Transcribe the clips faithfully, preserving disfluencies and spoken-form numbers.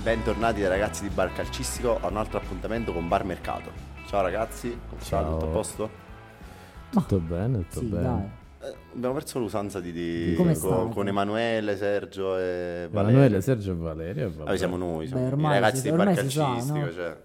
Bentornati dai ragazzi di Bar Calcistico a un altro appuntamento con Bar Mercato. Ciao ragazzi, come sta? Ciao. Tutto a posto? Tutto bene, tutto Sì, bene. dai. Eh, abbiamo perso l'usanza di, di Come con, state? con Emanuele, Sergio e Valerio. Emanuele, Sergio e Valerio. e vabbè. Vabbè, siamo noi, siamo Beh, i ormai ragazzi si- di Bar ormai si sa, Calcistico, no? cioè.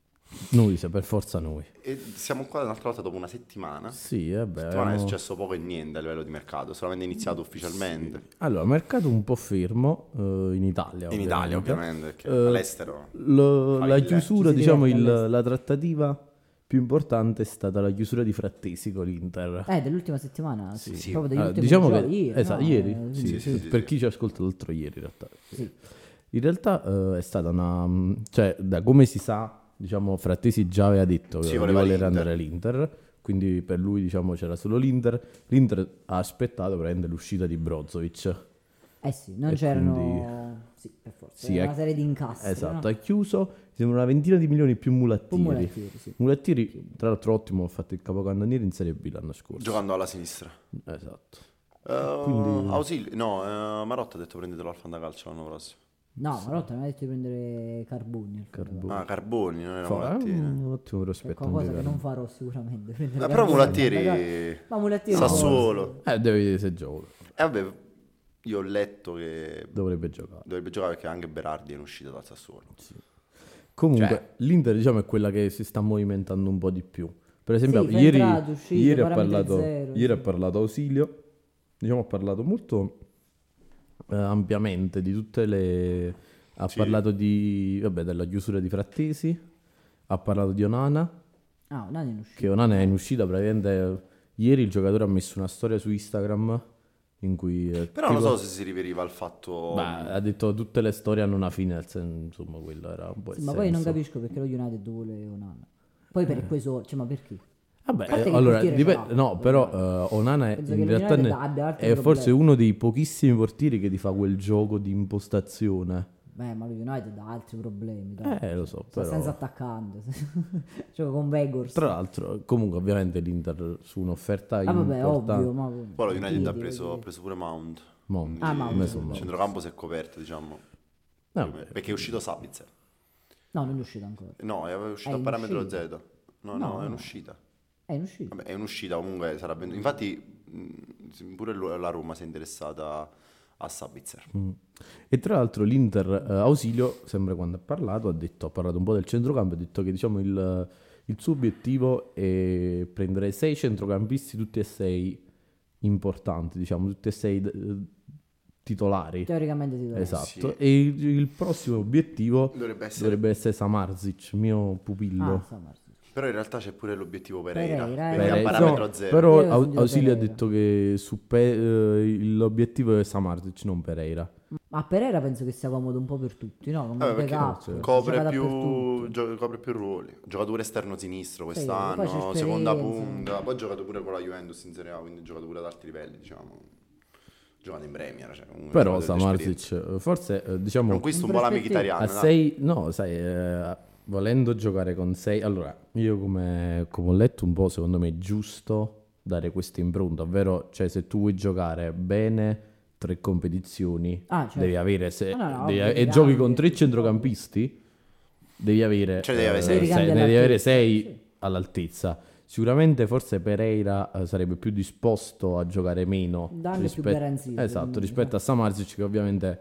Noi, se per forza noi. E siamo qua un'altra volta dopo una settimana. Sì, vabbè. settimana è abbiamo- successo poco e niente a livello di mercato, solamente iniziato ufficialmente. Allora, mercato un po' fermo eh, in Italia. In Italia ovviamente, perché all'estero... Lo- Fa la il- chiusura, Ci si diciamo, diverte il- all'estero. la trattativa più importante è stata la chiusura di Frattesi con l'Inter. Eh, dell'ultima settimana, sì. Sì. Proprio degli Allora, ultimi diciamo che giorni, ieri, esatto, no? ieri, Eh, sì, sì, sì, sì, per sì. chi ci ascolta l'altro ieri in realtà. sì. In realtà eh, è stata una, cioè da come si sa, diciamo, Frattesi già aveva detto Sì, che voleva voleva l'Inter. andare all'Inter, quindi per lui, diciamo, c'era solo l'Inter. L'Inter ha aspettato praticamente l'uscita di Brozovic. Eh sì, non E c'erano... quindi- Sì, per forza. Sì, Era è- una serie di incastri, Esatto, no? ha chiuso, sembra una ventina di milioni più Mulattieri. Un mulattieri, sì. Mulattieri, tra l'altro ottimo, ha fatto il capocannoniere in Serie B l'anno scorso. Giocando alla sinistra. Esatto. Eh, Quindi- Ausilio, no, eh, Marotta ha detto prendetelo al Fantacalcio l'anno prossimo. No, Marotta non ha detto di prendere Carboni. al Carboni. fronte. Ah, Carboni, non era Fa- Mulattieri. un ottimo È prospetto. qualcosa anche che non Carboni. farò sicuramente. prendere Eh, però Carboni al Mulattieri... Fantacalcio. Ma Mulattieri Sassuolo. Eh, deve vedere se gioca. E vabbè, io ho letto che Dovrebbe giocare. dovrebbe giocare perché anche Berardi è in uscita dal Sassuolo. Comunque, Cioè- l'Inter, diciamo, è quella che si sta movimentando un po' di più. Per esempio, Sì, ieri, entrate, uscite, ieri ha parametri parlato, zero, ieri sì. ha parlato Ausilio, diciamo, ha parlato molto eh, ampiamente di tutte le... Ha Sì. parlato di, vabbè, della chiusura di Frattesi, ha parlato di Onana, Ah, non è in uscita. che Onana è in uscita, praticamente ieri il giocatore ha messo una storia su Instagram in cui... eh, Però non tipo- so se si riferiva al fatto... Beh, ha detto tutte le storie hanno una fine, nel senso, insomma, quello era un po' Sì, il ma poi non senso. capisco perché lo United vuole Onana. Poi per quei soldi, cioè, ma perché? Vabbè, A parte eh, che allora, portiere dipende- ce l'ha, no, però eh, Onana è, Penso in che lo realtà United ne- abbia altri è forse problemi. uno dei pochissimi portieri che ti fa quel gioco di impostazione. Beh, ma lo United ha altri problemi. Dai. Eh, lo so, Sta però... senza attaccante. Gioca con Vegors. Tra l'altro, comunque, ovviamente l'Inter su un'offerta Ah, vabbè, importante... ovvio. Ma... Poi lo United Chiedi, ha preso, ha chiedi. preso pure Mount. Mo, Quindi Ah, Mount, il sì, Mount. centrocampo si è coperto, diciamo. No, vabbè. Perché è uscito Sabitzer. No, non è uscito ancora. No, è uscito È a in parametro uscita. Z. No, no, No, è no. un'uscita. È in uscita. Vabbè, è un'uscita comunque sarà venduto. Infatti mh, pure lo- la Roma si è interessata a Sabitzer. Mm. E tra l'altro l'Inter eh, Ausilio, sempre quando ha parlato, ha detto, ha parlato un po' del centrocampo, ha detto che diciamo il, il suo obiettivo è prendere sei centrocampisti, tutti e sei importanti, diciamo, tutti e sei eh, titolari. Teoricamente ti do. Esatto. Sì. E il, il prossimo obiettivo Dovrebbe essere... dovrebbe essere Samarzic, mio pupillo. Ah, Samarzic. Però in realtà c'è pure l'obiettivo Pereira. Pereira, eh. perché Pereira, a parametro no, zero. però Io avevo Au- sentito Ausilio ha Pereira. detto che su Pe- eh, l'obiettivo è Samarzic, non Pereira. Ma Pereira penso che sia comodo un po' per tutti, no? Come Vabbè, perché backup, cioè, Copre gioca più, dappertutto. gio- copre più ruoli. Giocatore esterno sinistro poi quest'anno, c'è seconda esperienza. punta. Poi ha giocato pure con la Juventus in Serie A, quindi ha giocato pure ad alti livelli, diciamo. Giocato in Premier. Cioè, comunque Però giocato dell'esperienza. Samarzic, eh, forse eh, diciamo... Conquista un In po' l'amico prospettiva. italiano. A dai. sei, no, sai, eh, volendo giocare con sei, allora io come, come ho letto un po', secondo me è giusto dare questa impronta, ovvero, cioè, se tu vuoi giocare bene tre competizioni, Ah, certo. devi avere se, No, no, no, devi- ovvio, e devi giochi anche- con tre centrocampisti, devi avere, Cioè, devi avere eh, sei. Devi sei- cambiare ne devi avere l'altezza, sei sì. all'altezza. Sicuramente forse Pereira eh, sarebbe più disposto a giocare meno Dà anche più rispetto, garanzie, esatto, secondo me, rispetto a Samarzic, che ovviamente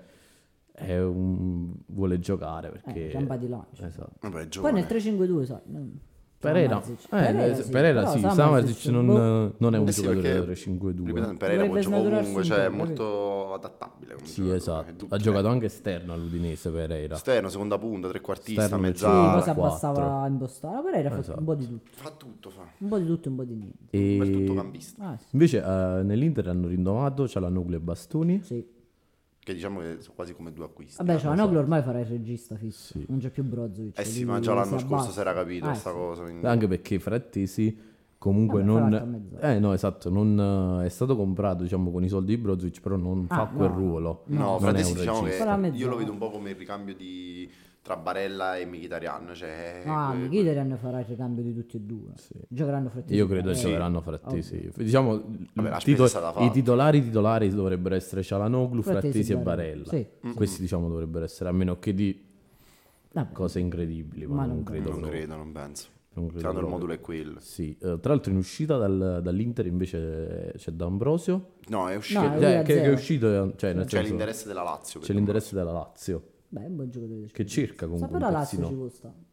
è un- vuole giocare perché Eh, rampa di lancio. esatto. Vabbè, è Poi giovane. nel tre cinque due, sai. non- Pereira, Samarzic. eh, Pereira sì, però Samarzic non, boh, non è un Eh sì, giocatore perché, da tre cinque due. ripeto, Pereira può Dovrebbe giocare snaturarsi ovunque, un cioè è po', molto adattabile. come Sì, giocatore, è esatto. dubbio. Ha giocato anche esterno all'Udinese Pereira. Esterno, seconda punta, trequartista, Esterno, Sì, mezzala. poi si quattro. abbassava a impostare. Pereira fa Esatto. un po' di tutto. Fa tutto, fa. Un po' di tutto e un po' di niente. Un bel E tuttocampista. Ah, sì. invece eh, nell'Inter hanno rinnovato Cialanoglu e Bastoni. Sì. Che diciamo che sono quasi come due acquisti. Vabbè, eh. cioè, Noglu ormai farà il regista fisso. Sì. Non c'è più Brozovic. Eh sì, quindi ma già l'anno si scorso abbassa. si era capito Ah, questa sì. cosa. quindi- Anche perché Frattesi comunque Vabbè, fa l'altra non... mezzala. Eh no, esatto, non eh, è stato comprato diciamo con i soldi di Brozovic, però non Ah, fa quel no. ruolo. No, non è Frattesi un diciamo che regista. Fa la io mezzala. lo vedo un po' come il ricambio di tra Barella e Mkhitaryan, cioè Ah, que- Mkhitaryan farà il ricambio di tutti e due. Giocheranno Frattesi. Io credo che Sì. giocheranno Frattesi. Diciamo, Vabbè, la il spesa tito- è stata fatta. i titolari titolari dovrebbero essere Cialanoglu, Frattesi Frattesi, e e Barella. Barella. Sì, Mm. Questi diciamo dovrebbero essere, a meno che di Vabbè. cose incredibili, ma, Ma non non credo Non proprio. credo, non penso. Non credo Tanto il proprio. modulo è quello. Sì, eh, tra l'altro in uscita dal- dall'Inter invece c'è D'Ambrosio, No, è uscito. No, che, lui cioè, a che- che è zero. uscito, eh, cioè nel C'è senso, l'interesse della Lazio. c'è per l'interesse della Lazio, Beh, è un buon giocatore. che cerca comunque Sapere un la Lazio ci terzino può stare.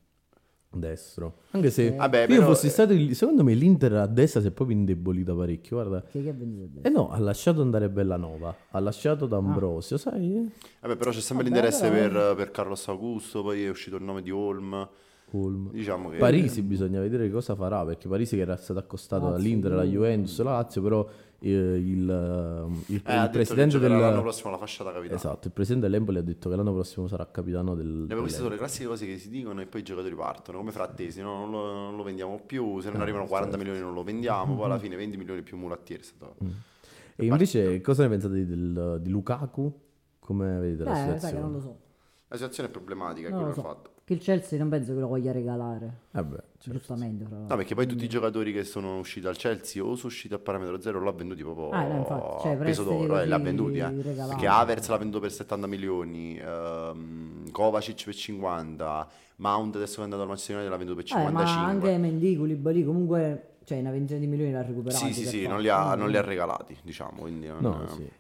destro. Anche se Vabbè, io però, fossi eh, stato, il- secondo me l'Inter a destra si è proprio indebolita parecchio, guarda. Che, che è venuto a Eh destra? no, ha lasciato andare Bellanova, ha lasciato D'Ambrosio, Ah. sai? Vabbè, però c'è sempre Vabbè, l'interesse però- per, per Carlos Augusto, poi è uscito il nome di Holm. Olm. Diciamo che... Parisi bisogna vedere cosa farà, perché Parisi che era stato accostato Lazio, dall'Inter, alla Juve. Juventus, alla Lazio, però eh, il, eh, il- Eh, ha il detto presidente che giocherà del... l'anno prossimo la fascia da capitano. Esatto, il presidente dell'Empoli ha detto che l'anno prossimo sarà capitano del... Vabbè, queste sono dell'Empoli. le classiche cose che si dicono e poi i giocatori partono, come frattesi, no? non, lo, non lo vendiamo più, se non Ah, arrivano quaranta certo. milioni non lo vendiamo, poi alla fine venti milioni più mulattieri è stato... E invece cosa ne pensate del- di Lukaku? Come vedete la Eh, sai che situazione? non lo so. La situazione è problematica, è Non quello lo che ha so. fatto. Che il Chelsea non penso che lo voglia regalare. Vabbè, certo. Giustamente, fra No, l'altro. perché poi tutti i giocatori che sono usciti dal Chelsea o sono usciti a parametro zero l'ha venduti proprio Ah, no, infatti, cioè, a peso prestiti d'oro, eh, così l'ha venduti, eh. regalati. Perché Havertz l'ha venduto per settanta milioni, ehm, Kovacic per cinquanta, Mount adesso che è andato al Manchester United l'ha venduto per Eh, ma cinquantacinque. anche Mendy, Koulibaly, comunque, cioè una ventina di milioni l'ha recuperato. Sì, sì, sì, non li ha, non li ha regalati, diciamo, quindi non- No, sì.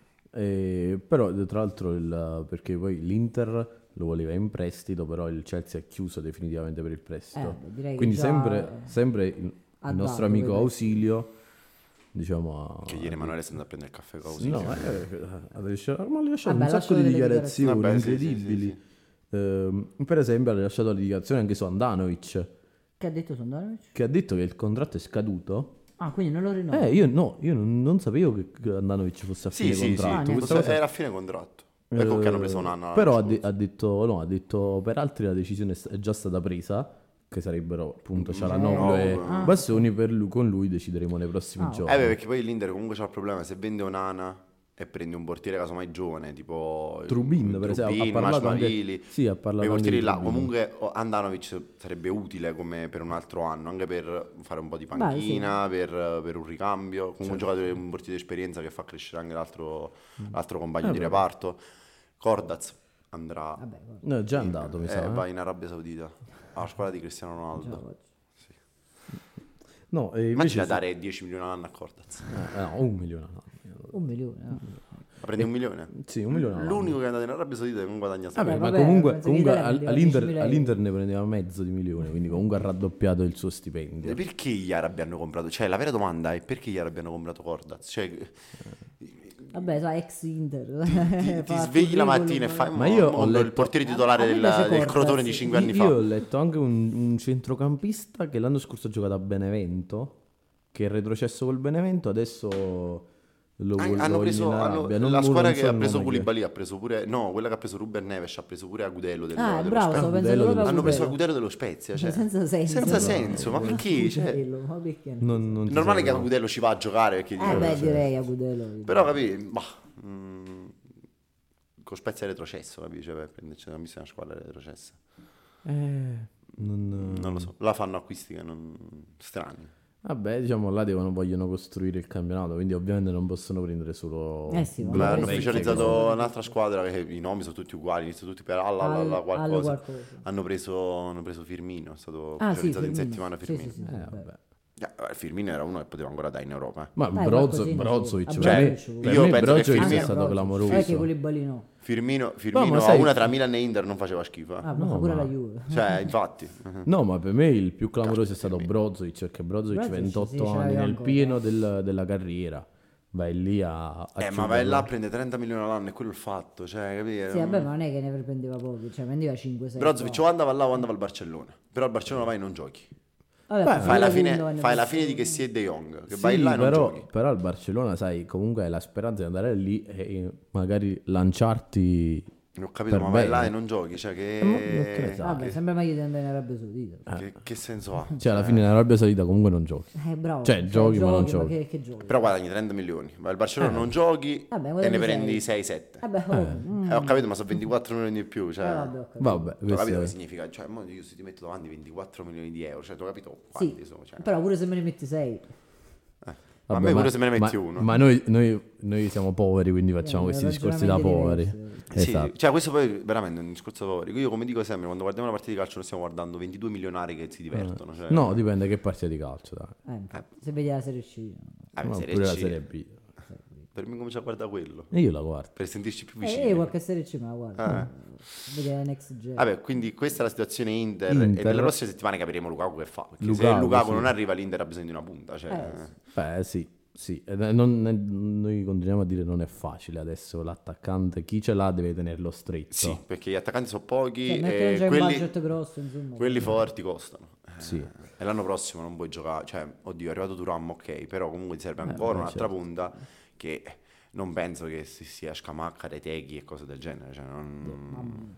Eh, però tra l'altro il- perché poi l'Inter lo voleva in prestito, però il Chelsea è chiuso definitivamente per il prestito. Eh, direi che Quindi già sempre, sempre il, ha il nostro dato, amico vedo. Ausilio, diciamo, ha- Che ieri Emanuele si è andato a prendere il caffè con No, eh, ha lasciato, ma ha lasciato Vabbè, un sacco lasciato di delle dichiarazioni Vabbè, sì, sì, incredibili. sì, Ehm, per esempio, ha rilasciato la dichiarazione anche su Andanovic, Che ha detto Sondanovic? che ha detto che il contratto è scaduto. Ah, quindi non lo rinnova. Eh, io no, io non, non sapevo che che Andanovic fosse a Sì, fine sì, sì, contratto. Ah, Questa questo cosa- era a fine contratto. Ecco che hanno preso un anno. l'anno Però ha, scorso. de- ha detto, no, ha detto per altri la decisione è sta- è già stata presa, che sarebbero appunto Cialanoglu e Ah. Bassoni, per lui, con lui decideremo nei prossimi Ah, giorni. Eh beh, perché poi l'Inter comunque c'ha il problema, se vende Onana e prendi un portiere casomai giovane, tipo Trubin, per esempio, ha Trubin, parlato anche- Mașmarili, sì, ha parlato quei anche portieri di là, Trubin. comunque oh, Andanovic sarebbe utile come per un altro anno, anche per fare un po' di Beh, panchina, per, per un ricambio, comunque un giocatore, un portiere di esperienza che fa crescere anche l'altro, l'altro compagno Eh, di beh. reparto. Cordaz andrà, Vabbè, guarda. No, è già andato, mi eh, sa. eh. va in Arabia Saudita, alla squadra di Cristiano Già, Ronaldo. oggi. No, e invece Immagina su- dare dieci milioni all'anno a Cordaz. eh, no, un milione. No. Un milione. no. Ma prendi un milione? Sì, un milione. all'anno. L'unico che è andato in Arabia Saudita e non guadagna Vabbè, soldi. ma vabbè, comunque, penso che comunque l'Italia al- prendeva all'Inter, diecimila all'Inter ne prendeva mezzo di milione, quindi comunque ha raddoppiato il suo stipendio. E perché gli arabi hanno comprato? Cioè, la vera domanda è perché gli arabi hanno comprato Cordaz? Cioè, Vabbè, sai, ex Inter. ti, ti svegli la mattina e fai Ma io ho mondo il letto- portiere titolare A me del, piace del Cordaz. Crotone di cinque anni Io ho fa. letto anche un, un centrocampista che l'anno scorso ha giocato a Benevento, che è retrocesso col Benevento, adesso lo Ah, vuole hanno preso in hanno- Arabia. Non- la non squadra so che il ha nome preso che- Koulibaly ha preso pure no, quella che ha preso Ruben Neves ha preso pure Agudelo del, Ah, dello bravo, Spezia. stavo Ah, pensando Agudelo proprio a Hanno preso Agudelo. Agudelo dello Spezia, cioè. Senza senso. Senza senso, ma perché? Cioè, Agudelo, ma perché? Non, non è ti normale che sapevo. Agudelo ci va a giocare perché Eh dice- beh, cioè, direi Agudelo. però capì, bah, mm, con Spezia è retrocesso, capì? Cioè, per prenderci una missione una squadra retrocessa. Eh, non, Non lo so, la fanno acquisti che non strani. Vabbè, diciamo là devono, vogliono costruire il campionato, quindi ovviamente non possono prendere solo... Eh sì, due ma Beh, hanno vecchie ufficializzato cose. un'altra squadra che i nomi sono tutti uguali, iniziano tutti per alla, alla, Al- alla allo qualcosa. qualcosa. Hanno preso, hanno preso Firmino, è stato Ah, sì, ufficializzato in Firmino. settimana Sì, Firmino. sì, sì, Eh, sì, vabbè. Eh, Firmino era uno che poteva ancora dare in Europa. eh. Ma Dai, Brozo, qualcosina Brozovic, sì. per Ah, me, Brozovic. per Io me penso che Brozovic Firmino- è stato clamoroso. Eh, che Koulibaly no. Firmino, Firmino ma a sai- una tra Milan e Inter non faceva schifo. eh. Ah, ma No, fa pure ma- la Juve. Cioè, infatti. No, ma per me il più clamoroso è Cazzo, stato Firmino. Brozovic, perché Brozovic Brozovic, ventotto sì, ce anni l'aveva nel ancora. pieno del- della carriera, vai lì a, a Eh, ma chiuderla. vai là a prendere trenta milioni all'anno, è quello il fatto. Cioè, capire? Sì, vabbè, ma non è che ne prendeva pochi, cioè prendeva cinque sei. Brozovic o andava là o andava al Barcellona. Però al Barcellona vai e non giochi. Vabbè, Beh, poi Fai la, Gundogan fine, ne fai la passa- fine di che si è De Jong. Che Sì, vai là e non però, giochi. però al Barcellona, sai, comunque hai la speranza di andare lì e magari lanciarti... Non ho capito, per ma vai bene. là e non giochi. Cioè, che, Eh, ma che ne sai? Vabbè, sembra meglio di andare in Arabia Saudita. che, che senso ha? Cioè, alla fine in Arabia Saudita comunque non giochi. Eh, bravo. Cioè, giochi, ma non giochi. Che, che giochi? Però guadagni trenta milioni. Vai al Barcellona, non giochi Vabbè, e guadagni ne prendi sei. sei sette. Vabbè, oh, mm. Eh, ho capito, ma sono ventiquattro milioni di più. Cioè, Eh, vabbè, ho capito. Vabbè, tu questo capito è- che significa? Cioè, mo io se ti metto davanti ventiquattro milioni di euro, cioè, tu capito Sì, quanti sono? Cioè, però pure se me ne metti sei. A Vabbè, me ma, pure se me ne metti ma- uno. ma noi, noi- noi siamo poveri, quindi facciamo Eh, questi discorsi da ragionamenti poveri. diversi. Esatto. Sì, cioè questo poi è veramente un discorso da poveri. Io come dico sempre, quando guardiamo una partita di calcio noi stiamo guardando ventidue milionari che si divertono. Cioè, No, dipende che partita di calcio, dai. Eh, infatti, se vedi la Serie C. eh, Ma Serie pure la C, Serie B. per me comincia a guardare quello, E io la guardo. per sentirci più Eh, vicini. io qualche Serie C me la guardo. Eh. Vedi la Next Gen. Vabbè, quindi questa è la situazione Inter, e Inter. nelle prossime settimane capiremo Lukaku che fa, perché se Lukaku, Lukaku sì. non arriva l'Inter ha bisogno di una punta, cioè, Eh, Beh, sì, sì. Ed è- non è- noi continuiamo a dire non è facile adesso l'attaccante, chi ce l'ha deve tenerlo stretto. sì, perché gli attaccanti sono pochi Cioè, non è che non e c'è un quelli, budget grosso, insomma. quelli forti costano. Eh, Sì. E l'anno prossimo non puoi giocare, cioè, oddio, è arrivato Thuram, ok, però comunque ti serve Eh, ancora beh, un'altra certo. punta che non penso che si sia Scamacca, Reteghi e cose del genere, cioè, non...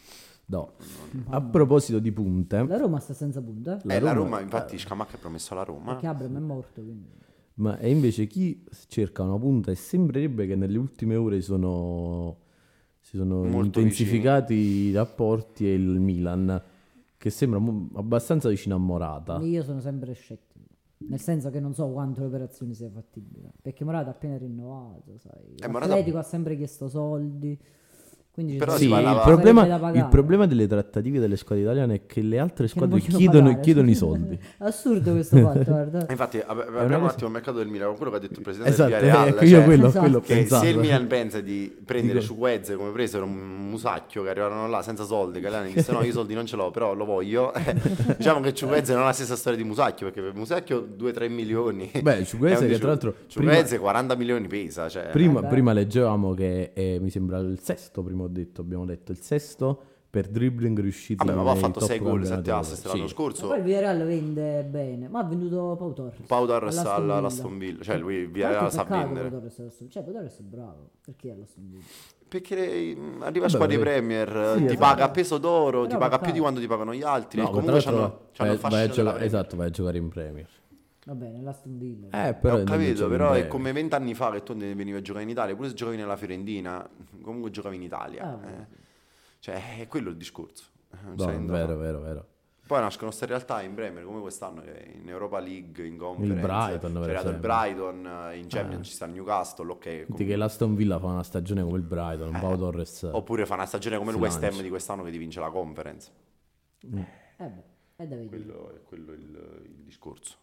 No. A proposito di punte, La Roma sta senza punta. La Eh, la Roma- Roma, infatti Scamacca è promesso alla Roma. Perché Abram è morto, quindi. ma è invece chi cerca una punta e sembrerebbe che nelle ultime ore sono, si sono Molto intensificati i rapporti e il Milan, che sembra mo- abbastanza vicino a Morata. Io sono sempre scettico. Nel senso che non so quanto l'operazione sia fattibile. Perché Morata ha appena rinnovato, sai. Eh, Morata- L'Atletico ha sempre chiesto soldi. Quindi ci Però sono- si Sì, il parlava- sarebbe problema, da il pagare. problema delle trattative delle squadre italiane è che le altre Che non squadre vogliono chiedono, pagare. chiedono i soldi. Assurdo questo fatto, guarda. E infatti, ab- una apriamo un cosa- attimo il mercato del Milan, con quello che ha detto il presidente Esatto, del Villarreal, ecco, io cioè, quello, Esatto. quello ho che pensato. se il Milan pensa di prendere Dico- Chukwueze come presero un musacchio che arrivarono là senza soldi, che l'hanno disse no, io i soldi non ce l'ho, però lo voglio. diciamo che Chukwueze non ha la stessa storia di Musacchio, perché per Musacchio due tre milioni. Beh, Chukwueze È un che tra l'altro prima- Chukwueze quaranta milioni pesa, cioè. Prima, Vabbè. prima leggevamo che è, mi sembra il sesto, prima ho detto, abbiamo detto il sesto per dribbling riusciti Vabbè, ma poi ha nei fatto top sei gol, campionati sette assist europei. l'anno Sì. Ma scorso. poi il Villarreal vende bene. Ma ha venduto Pau Torres. Pau Torres all'Aston alla- Villa. all'Aston Villa, cioè lui il Tra Villarreal l'altro sa peccato vendere. Pau Torres all'Aston- Cioè Pau Torres è bravo. Perché all'Aston Villa? Perché mm, arriva a Vabbè, squadre vabbè. Premier, Sì, ti esatto. paga a peso d'oro, ti Però paga peccato. più di quanto ti pagano gli altri. No, e ma comunque tra c'hanno, l'altro c'hanno il vai- vai a fascino della giocare, Premier. esatto, vai a giocare in Premier. Va bene, l'Aston Villa. Eh, Eh, però ho non capito, giochi però in è Premier. come vent'anni fa che tu venivi a giocare in Italia, pure se giocavi nella Fiorentina, comunque giocavi in Italia. Ah, eh. Cioè, è quello il discorso. Eh, non No, c'è è niente da vero, fare. vero, vero. Poi nascono queste realtà in Premier, come quest'anno, che in Europa League, in Conference. Brighton, per c'è arrivato il esempio. Brighton, eh, in Champions Ah. ci sta il Newcastle, ok. Senti comunque- che l'Aston Villa fa una stagione come il Brighton, un Pau Torres. Oppure fa una stagione come il Si West Ham lancia. di quest'anno che ti vince la Conference. Eh beh, è da vedere. Quello è quello il, il discorso.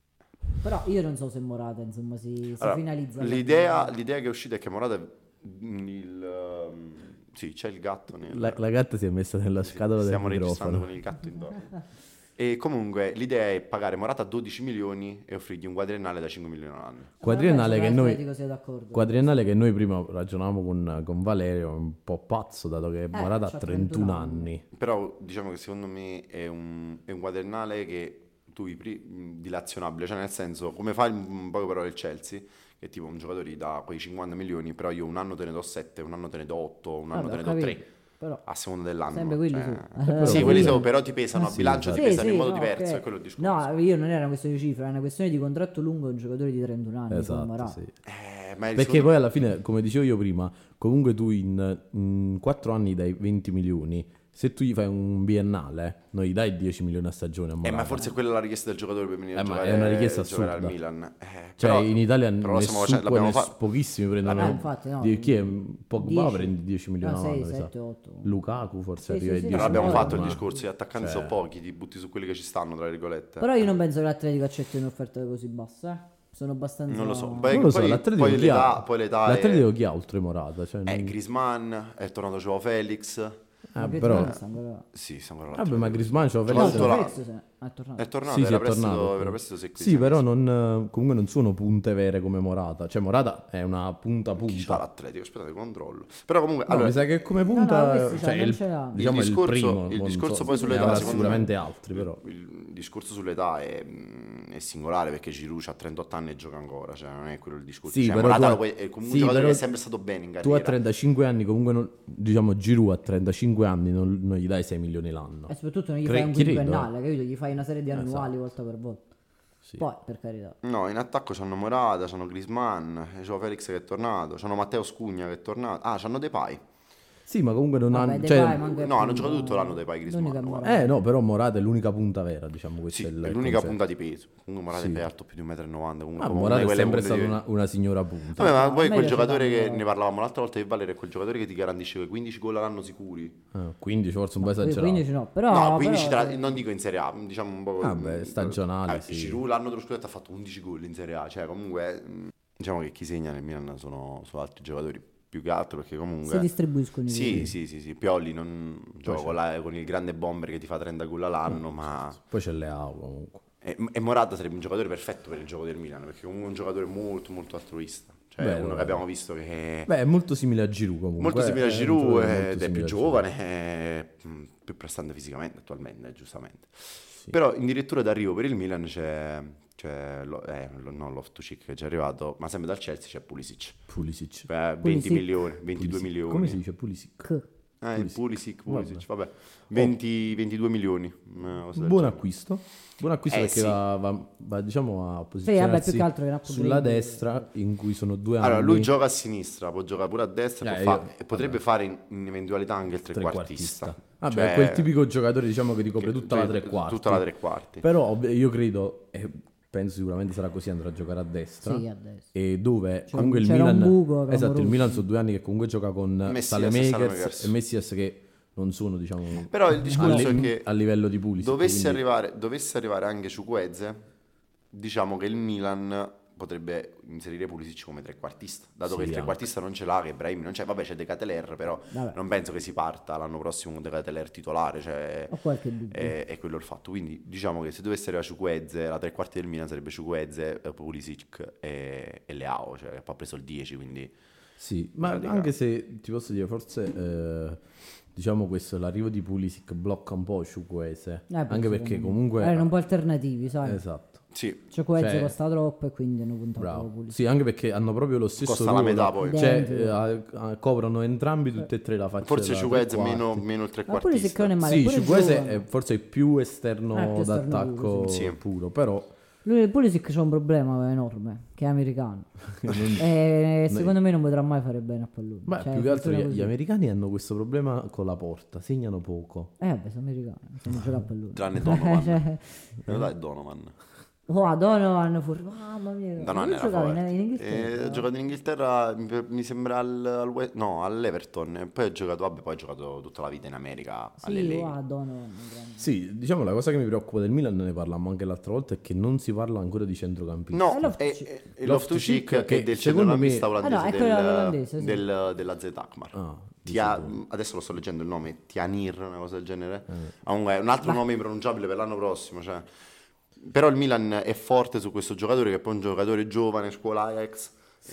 Però io non so se Morata, insomma, si, si Allora, finalizza. l'idea, l'idea che è uscita è che Morata è il... um, sì, c'è il gatto nel... La, la gatta si è messa nella Sì, scatola del stiamo registrando microfono. con il gatto intorno. E comunque l'idea è pagare Morata dodici milioni e offrirgli un quadriennale da cinque milioni all'anno. Quadriennale che noi... L'Atletico sia d'accordo. Quadriennale che noi prima ragionavamo con, con Valerio, è un po' pazzo dato che Morata c'ha ha trentuno trentuno anni. Però diciamo che secondo me è un, è un quadriennale che tu ipri- dilazionabile, cioè nel senso come fa il- un po' però il Chelsea, che è tipo un giocatore da quei cinquanta milioni, però io un anno te ne do sette, un anno te ne do otto, un anno Vabbè, te ne ho do capito. tre. Però A seconda dell'anno. sempre quelli cioè- su. Eh, sì, però quelli quelli- so, però ti pesano a sì, bilancio, ti infatti. pesano in modo no, diverso, ok. è quello il discorso. No, io non era una questione di cifra, è una questione di contratto lungo a un giocatore di trentuno anni come Esatto, Morata. sì. Eh, ma il Perché secondo- poi alla fine, come dicevo io prima, comunque tu in quattro anni dai venti milioni, se tu gli fai un biennale, non gli dai dieci milioni a stagione a Eh, Morata. ma forse quella è la richiesta del giocatore per venire Eh, a ma giocare, è una richiesta giocare al assurda. Milan. Eh, Cioè però- in Italia però lo stiamo nessuno, facendo- l'abbiamo ness- fa- pochissimi prendono Vabbè, infatti, no. di, chi è Pogba dieci. prende dieci milioni No, all'anno, sei, mi sa. sette, otto. Lukaku forse Sì, arriva sì, ai sì, dieci Però abbiamo Sì, fatto il ma- discorso, gli attaccanti cioè- sono pochi, ti butti su quelli che ci stanno, tra virgolette. Però io non penso che l'Atletico accetti un'offerta così bassa. eh. Sono abbastanza. Non lo so. Non Poi, lo so, poi- l'Atletico poi chi ha? l'età, poi l'età L'Atletico è, chi ha oltre Morata? Cioè, è non- Griezmann, è tornato Joao Felix. Ah, Perché però... Griezmann sta ancora- Sì, siamo ancora Vabbè, ma l'Atletico. Griezmann c'ha Tra No, l'altro Felix. là- Felix se- è tornato. È tornato, Sì, sì, era, è prestito, tornato. era prestito sei Sì, però non, comunque non sono punte vere come Morata. Cioè Morata è una punta Chi c'ha punta. l'Atletico? Aspettate, controllo. Però comunque, No, allora, mi sa che come No, no, punta, questi cioè, c'ha- è non il, ce l'ha. diciamo, il è discorso, il primo. il non discorso so, poi ne sull'età, avrà secondo sicuramente me, altri, però. il, il discorso sull'età è, mh, è singolare perché Giroud ha trentotto anni e gioca ancora, cioè non è quello il discorso. Sì, cioè, però Morata tu- lo puoi- è comunque sì, un giocatore però che è sempre stato bene in Tu a carriera. trentacinque anni, comunque, non- diciamo, Giroud a trentacinque anni non, non gli dai sei milioni l'anno. E soprattutto non gli Cre- fai un credo, quinquennale, capito? Gli fai una serie di Esatto. annuali volta per volta. Sì. Poi, per carità. No, in attacco c'hanno Morata, c'hanno Griezmann, c'hanno Felix che è tornato, c'hanno Matteo Scugna che è tornato. Ah, c'hanno Depay. Sì, ma comunque non Vabbè, hanno... Depay cioè, manca No, hanno più, giocato tutto no. l'anno dei Pai L'unica Griezmann. Morata. guarda. eh no, però Morata è l'unica punta vera, diciamo, questo Sì, è, il, è il l'unica concetto. punta di peso. Comunque Morata Sì. è alto più di un metro e novanta. Comunque Ah, come Morata è quelle sempre punte stata di- una, una signora punta. Vabbè, ma No, poi meglio quel ci giocatore fanno- che ne parlavamo l'altra volta di Valerio è quel giocatore che ti garantisce quindici gol all'anno sicuri. Ah, quindici forse un po' No, esagerato. quindici no, però... No, quindici però- tra- non dico in Serie A, diciamo un po'... Ah, beh, mm, stagionali, eh, sì. Giroud l'anno dello scudetto ha fatto undici gol in Serie A, cioè comunque mm, diciamo che chi segna nel Milan sono, sono altri giocatori più che altro perché Si comunque... distribuiscono i Sì, gol. sì, sì, sì, Pioli non gioca c'è- con, la- con il grande bomber che ti fa trenta gol all'anno, ma... Poi c'è Leao comunque. E, e Morata sarebbe un giocatore perfetto per il gioco del Milan, perché comunque è un giocatore molto molto altruista. Cioè Vero, uno vero. che abbiamo visto che... Beh, è molto simile a Giroud comunque. Molto simile a eh, è un Giroud giocatore molto ed è simile più a Giroud. giovane, è mm, più prestante fisicamente attualmente, giustamente. Però addirittura d'arrivo per il Milan c'è, c'è lo, eh, lo- non Loftus-Cheek che è già arrivato, ma sempre dal Chelsea c'è Pulisic. Pulisic. Eh, venti Pulisic. milioni, ventidue Pulisic. milioni. Come si dice Pulisic? C. Eh, Pulisic. Pulisic, Pulisic, vabbè. Oh. venti, ventidue milioni. una cosa del Buon genere. acquisto. Buon acquisto Eh, perché sì. va, va- va, diciamo a vabbè, posizionarsi più che altro che era sulla upgrade. destra in cui sono due anni. Allora, lui gioca a sinistra, può giocare pure a destra, Eh, può io- fare- e potrebbe fare in, in eventualità anche il trequartista. trequartista. Vabbè, Cioè, è quel tipico giocatore diciamo che ti copre che- tutta la tu- tre quarti. Tutta la tre quarti. Però ovvi- io credo, e penso sicuramente sarà così, andrà a giocare a destra. Sì, a destra. E dove C'era comunque un- il c'era un Milan buco, esatto, il clamoroso. Milan sono due anni che comunque gioca con Messias e Saelemaekers Saelemaekers. e Messias che non sono diciamo Però il discorso a, è che a livello di Pulisic. dovesse, quindi- arrivare, dovesse arrivare anche Chukwueze, diciamo che il Milan potrebbe inserire Pulisic come trequartista, dato Sì, che il anche. trequartista non ce l'ha, che Brahim non c'è, vabbè c'è De Ketelaere, però Vabbè. non penso che si parta l'anno prossimo con De Ketelaere titolare, cioè Ho qualche dubbio. è, è quello il fatto. Quindi diciamo che se dovesse arrivare Chukwueze, la tre quarti del Milan sarebbe Chukwueze, eh, Pulisic e, e Leao, cioè che poi ha preso il dieci, quindi... Sì, ma Guarda, anche se ti posso dire, forse eh, diciamo questo, l'arrivo di Pulisic blocca un po' Chukwueze, Eh, anche penso perché che- comunque erano un po' alternativi, sai. esatto. Sì, Cioè, Quezzo Cioè- costa troppo e quindi hanno puntato Bravo. Pulisic. Sì, anche perché hanno proprio lo stesso Costa la ruolo, metà poi. cioè Identico. eh, a- a- coprono entrambi tutte e tre la faccia forse della Chukwueze tre meno, quarti. meno il Ma Pulisic trequartista. non è male. Sì, pure Chukwueze giovane. è forse più esterno Eh, più esterno d'attacco puro, sì. Sì. puro, però Lui Pulisic c'ha un problema enorme, che è americano. E secondo me non potrà mai fare bene a pallone. Beh, Cioè, più che altro funziona gli, così. gli americani hanno questo problema con la porta, segnano poco. Eh, vabbè, sono americani, sanno giocare a pallone. Tranne Donovan. Cioè, Me lo dai Donovan? oh, Donovan fuori. Mamma mia. Donovan Lui era giocava in, forte. in Eh, Inghilterra. ha giocato in Inghilterra, mi, mi sembra al, al We- no, all'Everton. E poi ha giocato, vabbè, poi ha giocato tutta la vita in America Sì, all'L A. wow, Donovan. grande. Sì, diciamo la cosa che mi preoccupa del Milan, ne parlammo anche l'altra volta, è che non si parla ancora di centrocampisti. No, E Loftus-Cheek. e, e, e Loftus-Cheek, Loftus-Cheek che è che del secondo me- centrocampista olandese Ah, no, è quello del, olandese, sì. del- della Z Alkmaar. Ah, Tia- dicevo. adesso lo sto leggendo il nome, Tianir, una cosa del genere. Eh. Comunque, è un altro nome impronunciabile per l'anno prossimo. Cioè. Però il Milan è forte su questo giocatore, che è poi un giocatore giovane, scuola Ajax.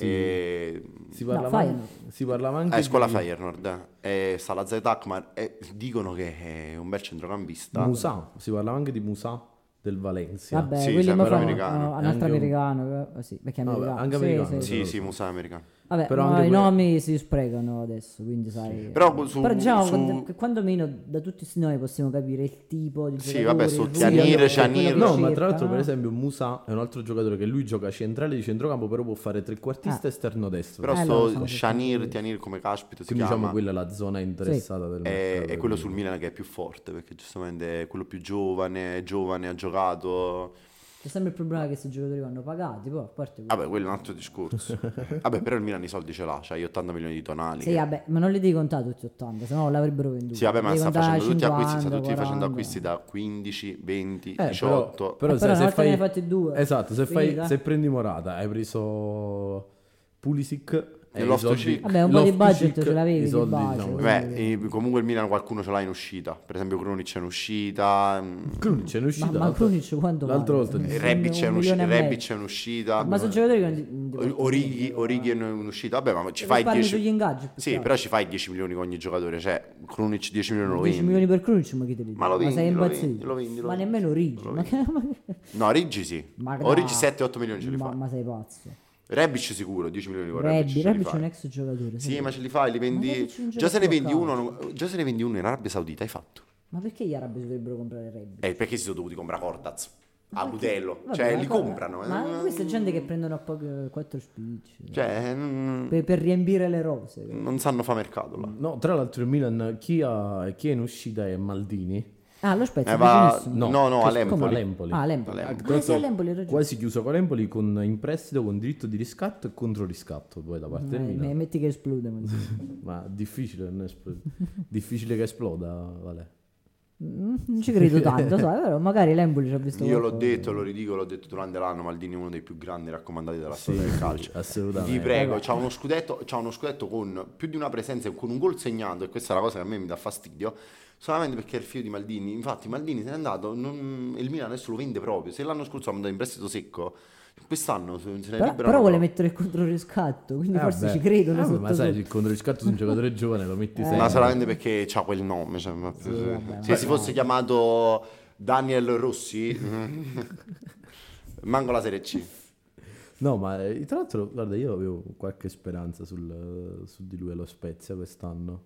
E... Si No, parlava, Feyenoord. si parlava anche Eh, scuola di Feyenoord. E sta la Z Alkmaar e dicono che è un bel centrocampista. Musa, si parlava anche di Musa del Valencia. Vabbè, Sì, quelli sempre mo fanno americano. no, un È altro anche un- americano. eh, Sì, perché è Vabbè, americano. anche Sì, americano, sì, Sì, sì. sì, Musa americano. Vabbè, Però ma anche i que- nomi si sprecano adesso, quindi sai. Però su- diciamo su- quando- che quando meno da tutti questi nomi possiamo capire il tipo di Sì, giocatore, vabbè, su il Tianir, ruolo, Cianir. quello che No, ma cerca, tra l'altro, no? per esempio, Musa è un altro giocatore che lui gioca centrale di centrocampo, però può fare trequartista Ah. esterno destro. Però Eh, lo sto so, Shanir, sì. Tianir come caspita si Quindi chiama. diciamo quella è la zona interessata del È, mercato. è quello sul Milan che è più forte, perché giustamente è quello più giovane, è giovane, ha giocato. C'è sempre il problema che questi giocatori vanno pagati, poi a parte Vabbè, quello è un altro discorso. Vabbè, però il Milan i soldi ce l'ha, c'ha gli ottanta milioni di tonali. Sì, che- vabbè, ma non li devi contare tutti ottanta, se no l'avrebbero venduto. Sì, vabbè, ma Devi sta contare facendo tutti acquisti, sta cinquanta, tutti facendo quaranta. acquisti da quindici, venti, Eh, diciotto. Però, però, Eh, se, però se una volta fai, ne hai fatti due, esatto, se, fai, finita. se prendi Morata, hai preso Pulisic e E i Loftus-Cheek. soldi- Vabbè, un po' di Loftus-Cheek, budget ce l'avevi, i di soldi, base. diciamo, Beh, Beh, e comunque il Milan qualcuno ce l'ha in uscita. Per esempio Krunic è in uscita. mm, Krunic è in uscita. Ma, ma l'altra- Krunic quanto l'altra vale? volta e di- Rebic è in un uscita. milione e mezzo. Rebic è in uscita. Ma sono giocatori che non ti- non ti O- Orighi, Orighi è in uscita. Vabbè, ma ci fai risparmi dieci. sugli ingaggi. più Sì, che però ci fai dieci milioni con ogni giocatore. Cioè, Krunic dieci milioni lo altro. dieci vendi. milioni per Krunic, ma chi te li Ma lo dà? vendi, sei lo impazzito? vendi, lo vendi, lo ma vendi. nemmeno Origi. Lo Ma, che- ma che- No, Origi sì. Ma Origi dai. sette otto milioni ce li ma, fai. ma sei pazzo. Rebic sicuro, dieci milioni con Rebic. Rebic, ce li Rebic è fai. un ex giocatore. Sì, sai? ma ce li fai, li vendi. Rebic non Già se ne gioca vendi più a uno, calcio. non- già se ne vendi uno in Arabia Saudita, hai fatto. Ma perché gli arabi si dovrebbero comprare Rebic? Eh, perché si sono dovuti comprare Cordaz? a budello, Vabbè, cioè ma li cosa- comprano. Ma eh. questa è gente che prendono a poco quattro spicci. Cioè, mm, per, per riempire le rose. non sanno fa mercato là. No, tra l'altro il Milan, chi, ha- chi è in uscita è Maldini. Ah, lo Spezia Eh, è va- vicinissimo. no, no, che- a L'Empoli. come all'Empoli. Ah, l'Empoli. All'Empoli. Ah, sì, l'Empoli, hai ragione. Quasi chiuso con l'Empoli con in prestito, con diritto di riscatto e contro riscatto poi da parte del Eh, Milan. metti che esplode. ma- Ma difficile, non espl- difficile che esploda, vale. Mm, non ci credo tanto, sai, però magari l'Empoli ci ha visto Io l'ho qualcosa. detto, lo ridico, l'ho detto durante l'anno, Maldini è uno dei più grandi raccomandati della storia del calcio. assolutamente. Vi prego, c'ha uno scudetto, c'ha uno scudetto con più di una presenza e con un gol segnato, e questa è la cosa che a me mi dà fastidio, solamente perché è il figlio di Maldini. Infatti Maldini se n'è andato, non- il Milan adesso lo vende proprio. Se l'anno scorso ha mandato in prestito secco, quest'anno se se ne Però, liberano però vuole proprio. mettere il controriscatto, quindi Eh, forse vabbè. ci credono. Eh, sotto ma sai, sotto. il controriscatto su un giocatore giovane lo metti Eh. sempre. Ma solamente perché c'ha quel nome. Cioè, ma- vabbè, se si vabbè. fosse chiamato Daniel Rossi, manco la Serie C. No, ma eh, tra l'altro, guarda, io avevo qualche speranza sul, su di lui allo Spezia quest'anno.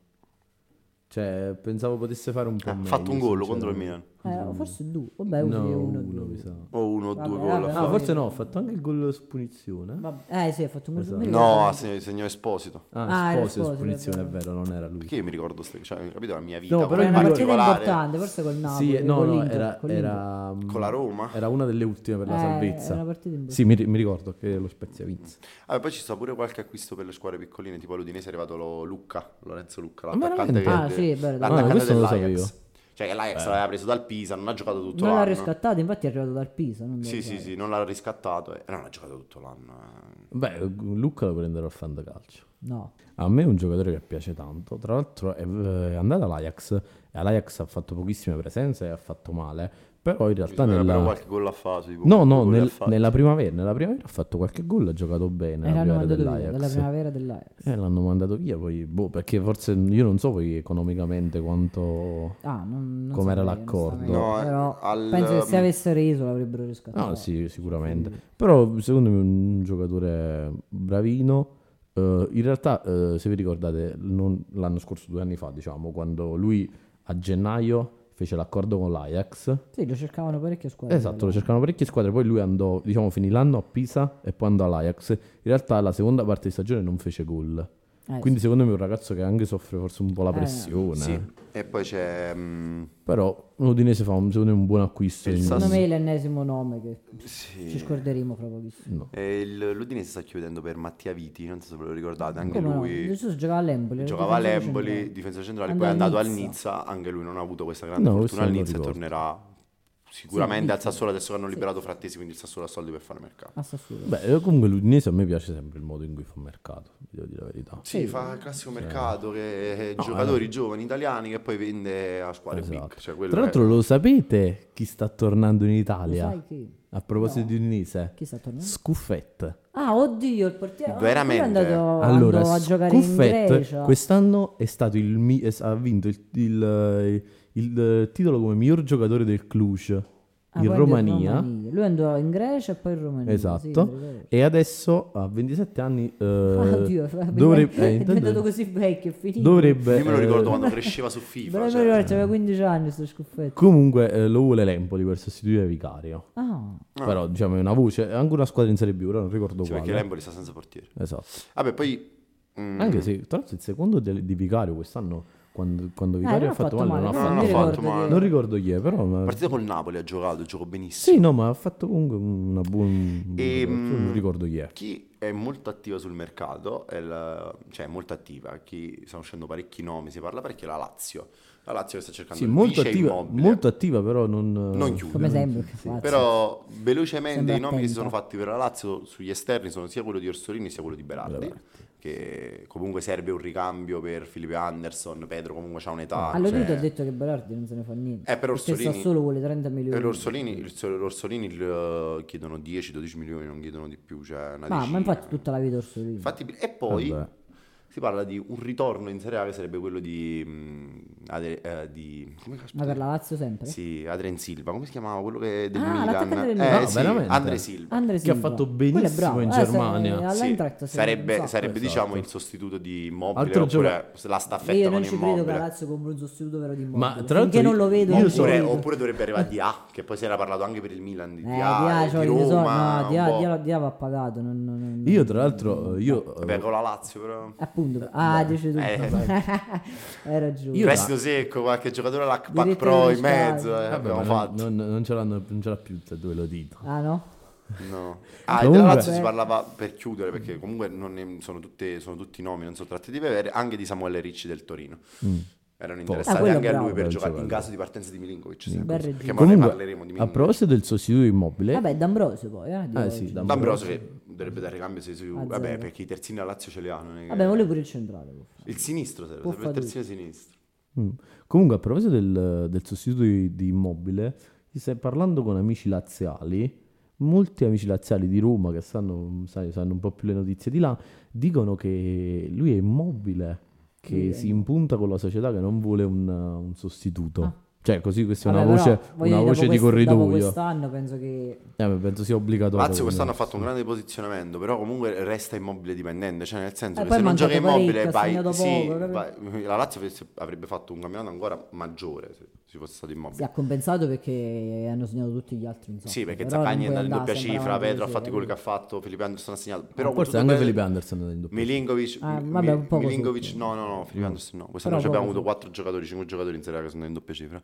Cioè, pensavo potesse fare un po' Ha meglio. fatto un gol contro il sinceramente. Milan. Eh, forse due. Vabbè, No, uno, uno, uno, due. mi sa. O uno o Vabbè, due vabbè, gol. ha vabbè. Ah, fatto. forse no, ha fatto anche il gol su punizione. Vabbè, eh sì, ha fatto un gol. Esatto. non mi No, ricordo. ha segnato segno Esposito. Ah, Ah, era Esposito, su Esposito, punizione, è è vero. vero, non era lui. Perché io mi ricordo, ste, cioè, capito la mia vita. No, però Era come una mi partita particolare, importante, forse col Napoli. Sì, no, con no, l'Inter, era, con l'Inter. era, mm, con la Roma. era una delle ultime per la Eh, salvezza. era una partita importante. Sì, mi, ri- mi ricordo che lo Spezia vinse. Ah, poi ci sta pure qualche acquisto per le squadre piccoline, tipo all'Udinese è arrivato lo Lucca, Lorenzo Lucca, Ma l'attaccante, che, veramente? Ah, sì, è vero, Ah, l'attaccante questo non lo dell'Ajax. sapevo. Cioè che l'Ajax l'aveva preso dal Pisa, non ha giocato tutto Non l'ha l'anno. riscattato, infatti è arrivato dal Pisa. Non Sì, dal sì, Bari. sì, non l'ha riscattato e non ha giocato tutto l'anno. eh. Beh, Luca lo prenderò al fantacalcio. No. A me è un giocatore che piace tanto. Tra l'altro è è andato all'Ajax e all'Ajax ha fatto pochissime presenze e ha fatto male. Però in realtà Bisogna però nella... qualche gol ha fatto. Tipo, No, due no, gol nel- ha fatto. nella primavera, nella primavera ha fatto qualche gol, ha giocato bene. Era la l'hanno primavera mandato via, dalla dell'Ajax. primavera dell'Ajax. Eh, l'hanno mandato via poi, boh, perché forse io non so poi economicamente quanto... Ah, non, non Com'era saprei, l'accordo? onestamente. No, eh, però al- penso che se avesse reso l'avrebbero riscattato. No, sì, sicuramente. Però secondo me è un giocatore bravino. Eh, in realtà, eh, se vi ricordate, non- l'anno scorso, due anni fa, diciamo, quando lui a gennaio fece l'accordo con l'Ajax. Sì, lo cercavano parecchie squadre. Esatto, lo cercavano parecchie squadre, poi lui andò, diciamo, finì l'anno a Pisa e poi andò all'Ajax. In realtà la seconda parte di stagione non fece gol. Eh, Quindi secondo me è un ragazzo che anche soffre forse un po' la Eh, pressione. Sì, e poi c'è... mm, Però l'Udinese fa un, secondo me un buon acquisto. Il in- Sassuolo- Secondo me è l'ennesimo nome che sì. ci scorderemo fra pochissimo. No. E il- l'Udinese sta chiudendo per Mattia Viti, non so se ve lo ricordate, anche Come no? lui Gesù giocava all'Empoli. era giocava difensore all'Empoli, centrale. difensore centrale, Andò poi è al andato al Nizza. Nizza, anche lui non ha avuto questa grande No, fortuna al questo non lo Nizza e ricordo. tornerà sicuramente al Nizza. Sassuolo adesso che hanno liberato Frattesi, quindi il Sassuolo ha soldi per fare mercato. A Sassuolo. Beh, eh, comunque l'Udinese a me piace sempre il modo in cui fa mercato, devo dire la verità. Sì, Sì. fa il classico mercato che No, giocatori eh. giovani italiani che poi vende a squadre big. Esatto. Cioè, quello Tra è- l'altro lo sapete chi sta tornando in Lo Italia? sai chi? A proposito No. di Udinese? Chi sta tornando? Scuffet. Ah, oddio, il portiere. ah, Veramente? quello è andato, Allora, andò a giocare in Scuffet Grecia. quest'anno è stato il mi- es- ha vinto il, il- il, eh, titolo come miglior giocatore del Cluj Ah, in poi Romania. Lui andò in Grecia e poi in Romania. Esatto. sì, mi ricordo. E adesso a ventisette anni eh, Ah, oddio, dovrebbe, eh, è intanto- diventato così vecchio, è finito. dovrebbe Io me lo ricordo eh, quando cresceva su FIFA. Però cioè- mi ricordo, aveva quindici anni sto scuffetto. comunque eh, lo vuole l'Empoli per sostituire Vicario. Ah, Però diciamo è una voce, è anche una squadra in Serie B, ora non ricordo Sì, quale. perché l'Empoli sta senza portiere. Esatto. Vabbè, poi... mm, Anche se tra l'altro il secondo di, di Vicario quest'anno quando, quando Vicario non ha fatto male, non ha no, fatto non ha mi fatto ricordo male. che- non ricordo chi è, però ma- partita col Napoli ha giocato, giocò benissimo. sì, no, ma ha fatto comunque una buona E, non mm, ricordo chi è. Chi è molto attiva sul mercato, è il- cioè molto attiva, chi stanno uscendo parecchi nomi, si parla parecchio, è la Lazio. La Lazio che sta cercando Sì, il molto vice attiva, Immobile. molto attiva, però non Non chiude. come sempre. che Sì. faccio. Però velocemente Sembra i nomi che si attenta. sono fatti per la Lazio sugli esterni sono sia quello di Orsolini sia quello di Berardi, Berardi. che comunque serve un ricambio per Felipe Anderson. Pedro comunque ha un'età. Allora lui cioè- ha detto che Berardi non se ne fa niente. Eh, per Perché Orsolini- Sassuolo vuole trenta milioni. E l'Orsolini, il- l'Orsolini il- chiedono dieci dodici milioni, non chiedono di più. Cioè una Ma, decina. ma infatti tutta la vita Orsolini. Infatti, e poi Vabbè. si parla di un ritorno in Serie A che sarebbe quello di, mh, Adre- eh, di come caspita? Ma per la Lazio sempre? Sì, Adrien Silva, come si chiamava quello che del Ah, Milan? l'attaccante del Eh, Milan. No, sì, veramente? Andre Silva. Andre Che ha Silva. fatto Quello è benissimo bravo. in Eh, se- Germania. all'Eintracht Sì, serve un sarebbe, sacco. sarebbe Esatto. diciamo il sostituto di Immobile Altro oppure la staffetta Io con non ci credo che la Immobile. Lazio compri un sostituto vero di Immobile. Ma tra Finché l'altro non io- lo vedo, io non ci Oppure, credo. oppure dovrebbe arrivare di A, che poi si era parlato anche per il Milan di Eh, Di Dia, A, cioè, di ne so, Roma. no, Dia, un po'. Dia, Dia va pagato. Non, non- non- Io tra l'altro, io... Vabbè, con la Lazio però. Appunto. Ah, dici tu. Eh. Hai ragione. Io- Prestito secco, qualche giocatore alla Pac Diritti Pro in di mezzo, scambio. eh, Vabbè, abbiamo ma fatto. non, non, non ce l'hanno, non ce l'ha più tutte e due lo dito. Ah, no? No. Ah, e Comunque- della Lazio si parlava, per chiudere, perché comunque non ne- sono, tutte, sono tutti nomi, non sono tratti di vedere, anche di Samuele Ricci del Torino. Mm. Erano Ah, interessati quello anche a bravo. lui per Bel giocare in giocatore. caso di partenza di Milinkovic. Bel sempre. regista. Perché poi ne Comunque, parleremo di a Milinkovic. proposito del sostituto immobile, Vabbè, D'Ambrosio poi, eh. di Eh, oggi. sì, D'Ambrosio. D'Ambrosio che dovrebbe dare cambio se su, A vabbè, zero. perché i terzini alla Lazio ce li hanno. non è che- Vabbè, volevo pure il centrale. può fare. Il sinistro serve, Può serve il fare terzino sinistro. Mm. Comunque, a proposito del, del sostituto di, di Immobile, ti stai parlando con amici laziali. Molti amici laziali di Roma che sanno, sai, sanno un po' più le notizie di là, dicono che lui è Immobile, che Lui è si impunta con la società che non vuole un, un sostituto. Ah. Cioè, così questa è Vabbè, una però, voce, voglio una dire, voce dopo di quest- Dopo corridoio. quest'anno penso che... Eh, ma penso sia obbligatorio. Lazio quest'anno ha come- fatto un grande posizionamento, però comunque resta Immobile dipendente, cioè nel senso Eh, che poi se non gioca mancate Immobile parecchio, ha vai, segnato sì, poco, capito? vai- la Lazio avesse- avrebbe fatto un campionato ancora maggiore se si fosse stato Si Immobile. ha compensato perché hanno segnato tutti gli altri. Insomma. Sì, perché Però Zaccagni è comunque andato in là doppia sembravano cifra, Pedro ha così, fatto i gol che capito? ha fatto, Felipe Anderson ha segnato. Però con Forse tutto anche bene- Felipe Anderson è in doppia. Milinkovic, Ah, Mi- vabbè, un poco Milinkovic, tutti. no, no, no, Felipe Anderson no. Quest'anno Però abbiamo poco avuto quattro giocatori, cinque giocatori in Serie A che sono in doppia cifra.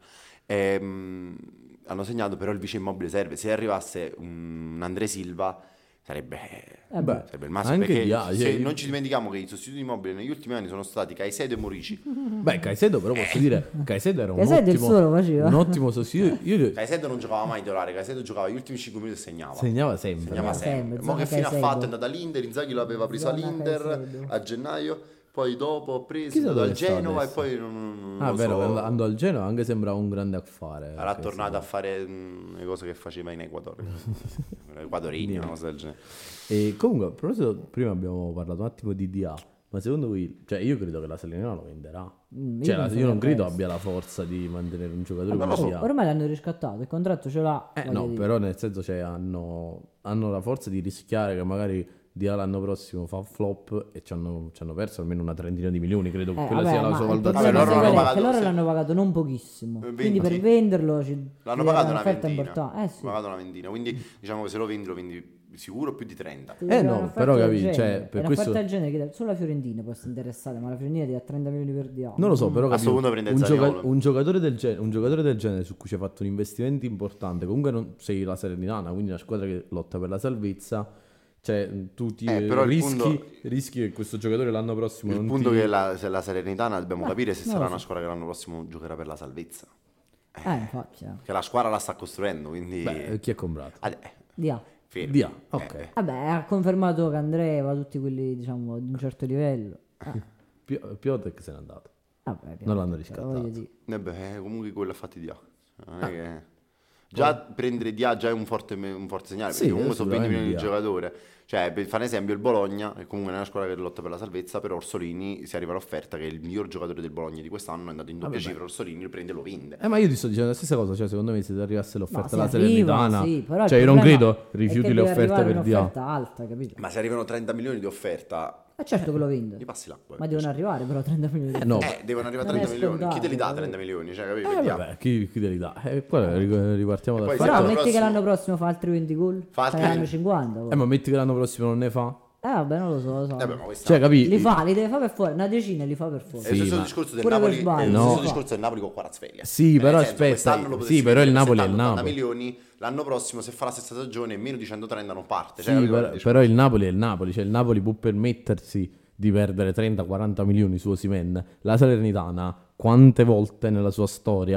Ehm, hanno segnato, però il vice Immobile serve. Se arrivasse un André Silva sarebbe, Eh beh, sarebbe il massimo. anche Perché Dia- se cioè- non ci dimentichiamo che i sostituti Immobile negli ultimi anni sono stati Caicedo e Morici. Beh, Caicedo però posso dire, Caicedo era un Caicedo il ottimo, suo lo faceva. un ottimo sostituto. Io Caicedo non giocava mai titolare, Caicedo giocava gli ultimi cinque minuti e segnava. segnava sempre. Segnava Segnava sempre. sempre, Mo che zona fine ha Caicedo. fatto? È andata all'Inter, Inzaghi l'aveva preso Zona all'Inter Caicedo. a gennaio, poi dopo ha preso, è Chissà andato al dove sta Genova e adesso. poi non, non Ah, lo vero, so. andando al Genoa anche sembrava un grande affare. Era Caicedo. tornato a fare mm, le cose che faceva in Ecuador. Equadorini, una cosa del genere. E comunque, a proposito, prima abbiamo parlato un attimo di D A, ma secondo voi, cioè io credo che la Salernitana lo venderà. Mm, io Cioè, la- penso io non che credo resti. abbia la forza di mantenere un giocatore Ma come non lo D A. Ormai l'hanno riscattato, il contratto ce l'ha. Eh, voglio no, dire. però nel senso, cioè, hanno, hanno la forza di rischiare che magari D A l'anno prossimo fa flop e ci hanno, ci hanno perso almeno una trentina di milioni, credo che Eh, quella vabbè, sia la ma sua il valutazione. problema Vabbè, loro sai l'hanno qual è? pagato, Che loro sì. l'hanno pagato non pochissimo. venti. Quindi per venderlo ci L'hanno gli pagato danno una un'offerta ventina. importante. Eh sì. L'hanno pagato una ventina, quindi diciamo che se lo vendi lo vendi sicuro più di trenta. Ti Eh, deve no, dare un'offerta però del capi, genere. cioè, È per un'offerta questo- del genere che solo la Fiorentina può essere interessata, ma la Fiorentina ti dà trenta milioni per D A. Non lo so, però A sto capi, punto prende un, Zaniolo. gioca- un giocatore del genere, un giocatore del genere su cui ci hai fatto un investimento importante, comunque non sei la Salernitana, quindi una squadra che lotta per la salvezza, cioè tu ti Eh, però il rischi, punto- rischi che questo giocatore l'anno prossimo Il non punto ti... che la, se la Salernitana dobbiamo capire se non sarà lo una so. squadra che l'anno prossimo giocherà per la salvezza. Eh, infatti. eh. Che la squadra la sta costruendo, quindi... Beh, chi ha comprato? Ah, eh, D A. fermi. D A, ok. Eh, Vabbè, ha confermato che Andreva, tutti quelli, diciamo, di un certo livello. Eh, Pio- Piotek se n'è andato. vabbè, Non l'hanno però, riscattato. voglio dire. eh beh, comunque quello ha fatto di A. Non è Ah. che... Già prendere di A già è un forte, un forte segnale, Sì, perché comunque sono venti milioni sicuramente di D A. giocatore. Cioè, per fare un esempio, il Bologna, che comunque è una squadra che lotta per la salvezza, però Orsolini si arriva all'offerta che è il miglior giocatore del Bologna di quest'anno, è andato in doppia Vabbè, cifra, Orsolini lo prende e lo vende. Eh, ma io ti sto dicendo la stessa cosa, cioè secondo me se ti arrivasse l'offerta No, alla si arriva, Salernitana, sì, però il cioè io non problema credo è rifiuti che le deve offerte arrivare per D A. un'offerta alta, capito? Ma se arrivano trenta milioni di offerta, Ma certo che lo vende. gli passi l'acqua. Ma devono arrivare però trenta milioni. Eh no, Eh, devono arrivare Non è trenta milioni. Chi te li dà scontato, trenta milioni? Cioè, capito? eh, Vediamo. vabbè, chi, chi te li dà? Eh, qua ri- ripartiamo dal poi fatto. Però l'anno metti che prossimo- l'anno prossimo fa altri venti gol, Fa altri saranno venti. cinquanta. poi. Eh, ma metti che l'anno prossimo non ne fa? Eh vabbè, non lo so, lo so. Vabbè, ma questa... Cioè, capi? Li fa, li deve fare per fuori, una decina li fa per fuori. È lo Sì, stesso ma- discorso del Pure per Napoli, è sbaglio. lo stesso No. discorso del Napoli con Kvaratskhelia. Sì, Cioè, però nel senso, aspetta, quest'anno lo sì, potresti però il vendere Napoli è il settanta Napoli. milioni, l'anno prossimo se fa la stessa stagione meno di centotrenta non parte. Cioè, Sì, capito per- quel discorso? però il Napoli è il Napoli, cioè il Napoli può permettersi di perdere trenta quaranta milioni su Osimhen. La Salernitana quante volte nella sua storia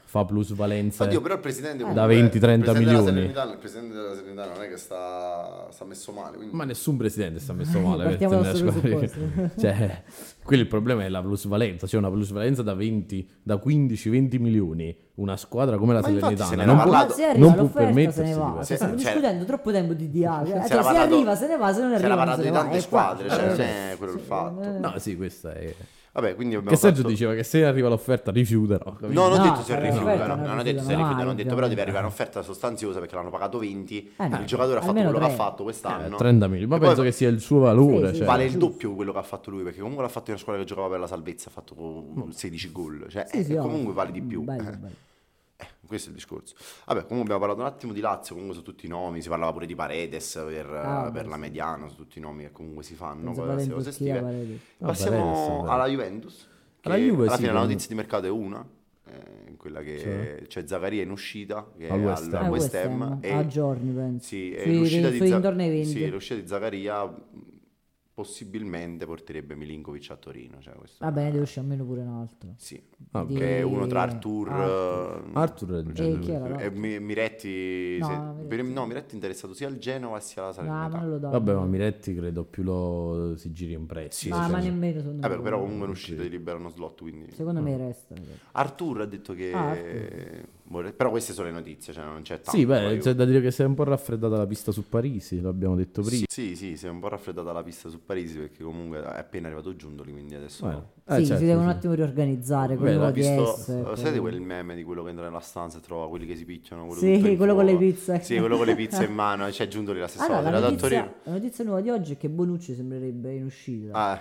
fa plusvalenza Oddio, però il presidente da comunque- venti trenta il presidente della milioni. Salernitana- il presidente della Salernitana non è che sta, sta messo male, quindi... Ma nessun presidente sta messo male per Partiamo dal tenere a squadra. presupposto. Cioè, quello il problema è la plusvalenza, c'è una plusvalenza da venti, da quindici venti milioni. Una squadra come la Ma infatti se Salernitana ne non era può, parlato- Ma se arriva non può l'offerta se permettersi ne di va. fare. Sì, Stiamo sì, discutendo troppo tempo di dialogo. Cioè, Si se era parlato- arriva se ne va, se non Si arriva era non parlato se di ne va. tante È squadre, facile. cioè, Eh, non è quello il sì, fatto. eh. No, sì, questa è... Vabbè, quindi abbiamo Che Sergio fatto... diceva che se arriva l'offerta rifiuterò. capito? No, non ho No, detto se se rifiutano, l'offerta non non ho detto se rifiutano rifiutano, ho mai, detto però deve ovviamente. arrivare un'offerta sostanziosa perché l'hanno pagato venti, Eh, no, il giocatore ha fatto almeno quello che ha tre. fatto quest'anno. Eh, trenta milioni, ma E poi penso che sia il suo valore. Sì, sì, cioè. vale il giusto. doppio quello che ha fatto lui, perché comunque l'ha fatto in una squadra che giocava per la salvezza, ha fatto sedici gol, cioè Sì, eh, sì, comunque ovvio. vale di più. Bello, Eh, bello. questo è il discorso. Vabbè, comunque abbiamo parlato un attimo di Lazio, comunque su tutti i nomi, si parlava pure di Paredes per, Ah, per beh, la sì. mediana, su tutti i nomi che comunque si fanno Penso con vada queste in cose Turchia, estive. Paredes. No, Passiamo Paredes, vabbè. alla Juventus. Che Alla Juve alla sì, fine la con- notizia di mercato è una, eh, quella che Cioè? c'è Zaccaria in uscita, che Al è West al Ham. Eh, West West Ham, Ham, e- a giorni penso. sì, e Sui- l'uscita di sui Za- intorno ai venti. sì, l'uscita di Zaccaria mh, possibilmente porterebbe Milinkovic a Torino, cioè questo Va bene, è- deve uscire almeno pure un altro. sì. Ah, Di- Che è uno tra Artur, Arthur. eh, Arthur è il cioè, genere. E chi era e l'altro? Mi- Miretti, No, sì. Miretti. Per- no, Miretti è interessato sia al Genova sia alla No, Salernitana. ma non lo do. Vabbè, ma Miretti credo più lo si giri in prestito. No, cioè, ma nemmeno secondo Vabbè, me. però comunque è un'uscita di liberano slot, quindi... Secondo me resta. Artur ha detto che... Ah, Arthur. vorre- Però queste sono le notizie, cioè non c'è tanto. Sì, beh, poi- c'è da dire che si è un po' raffreddata la pista su Parisi, l'abbiamo detto prima. Sì, sì, sì, si è un po' raffreddata la pista su Parisi perché comunque è appena arrivato Giuntoli, quindi adesso... Bueno, Sì, eh, certo, si devono sì. un attimo riorganizzare con Beh, il l'ho nuovo visto, D S. eh, poi- sapete quel meme di quello che entra nella stanza e trova quelli che si picchiano? Quello Sì, tutto in quello con le fuoco? pizze. Sì, quello con le pizze in mano, e c'è Giuntoli la stessa Allora, cosa. la Era da Torino. notizia, la notizia nuova di oggi è che Bonucci sembrerebbe in uscita Ah,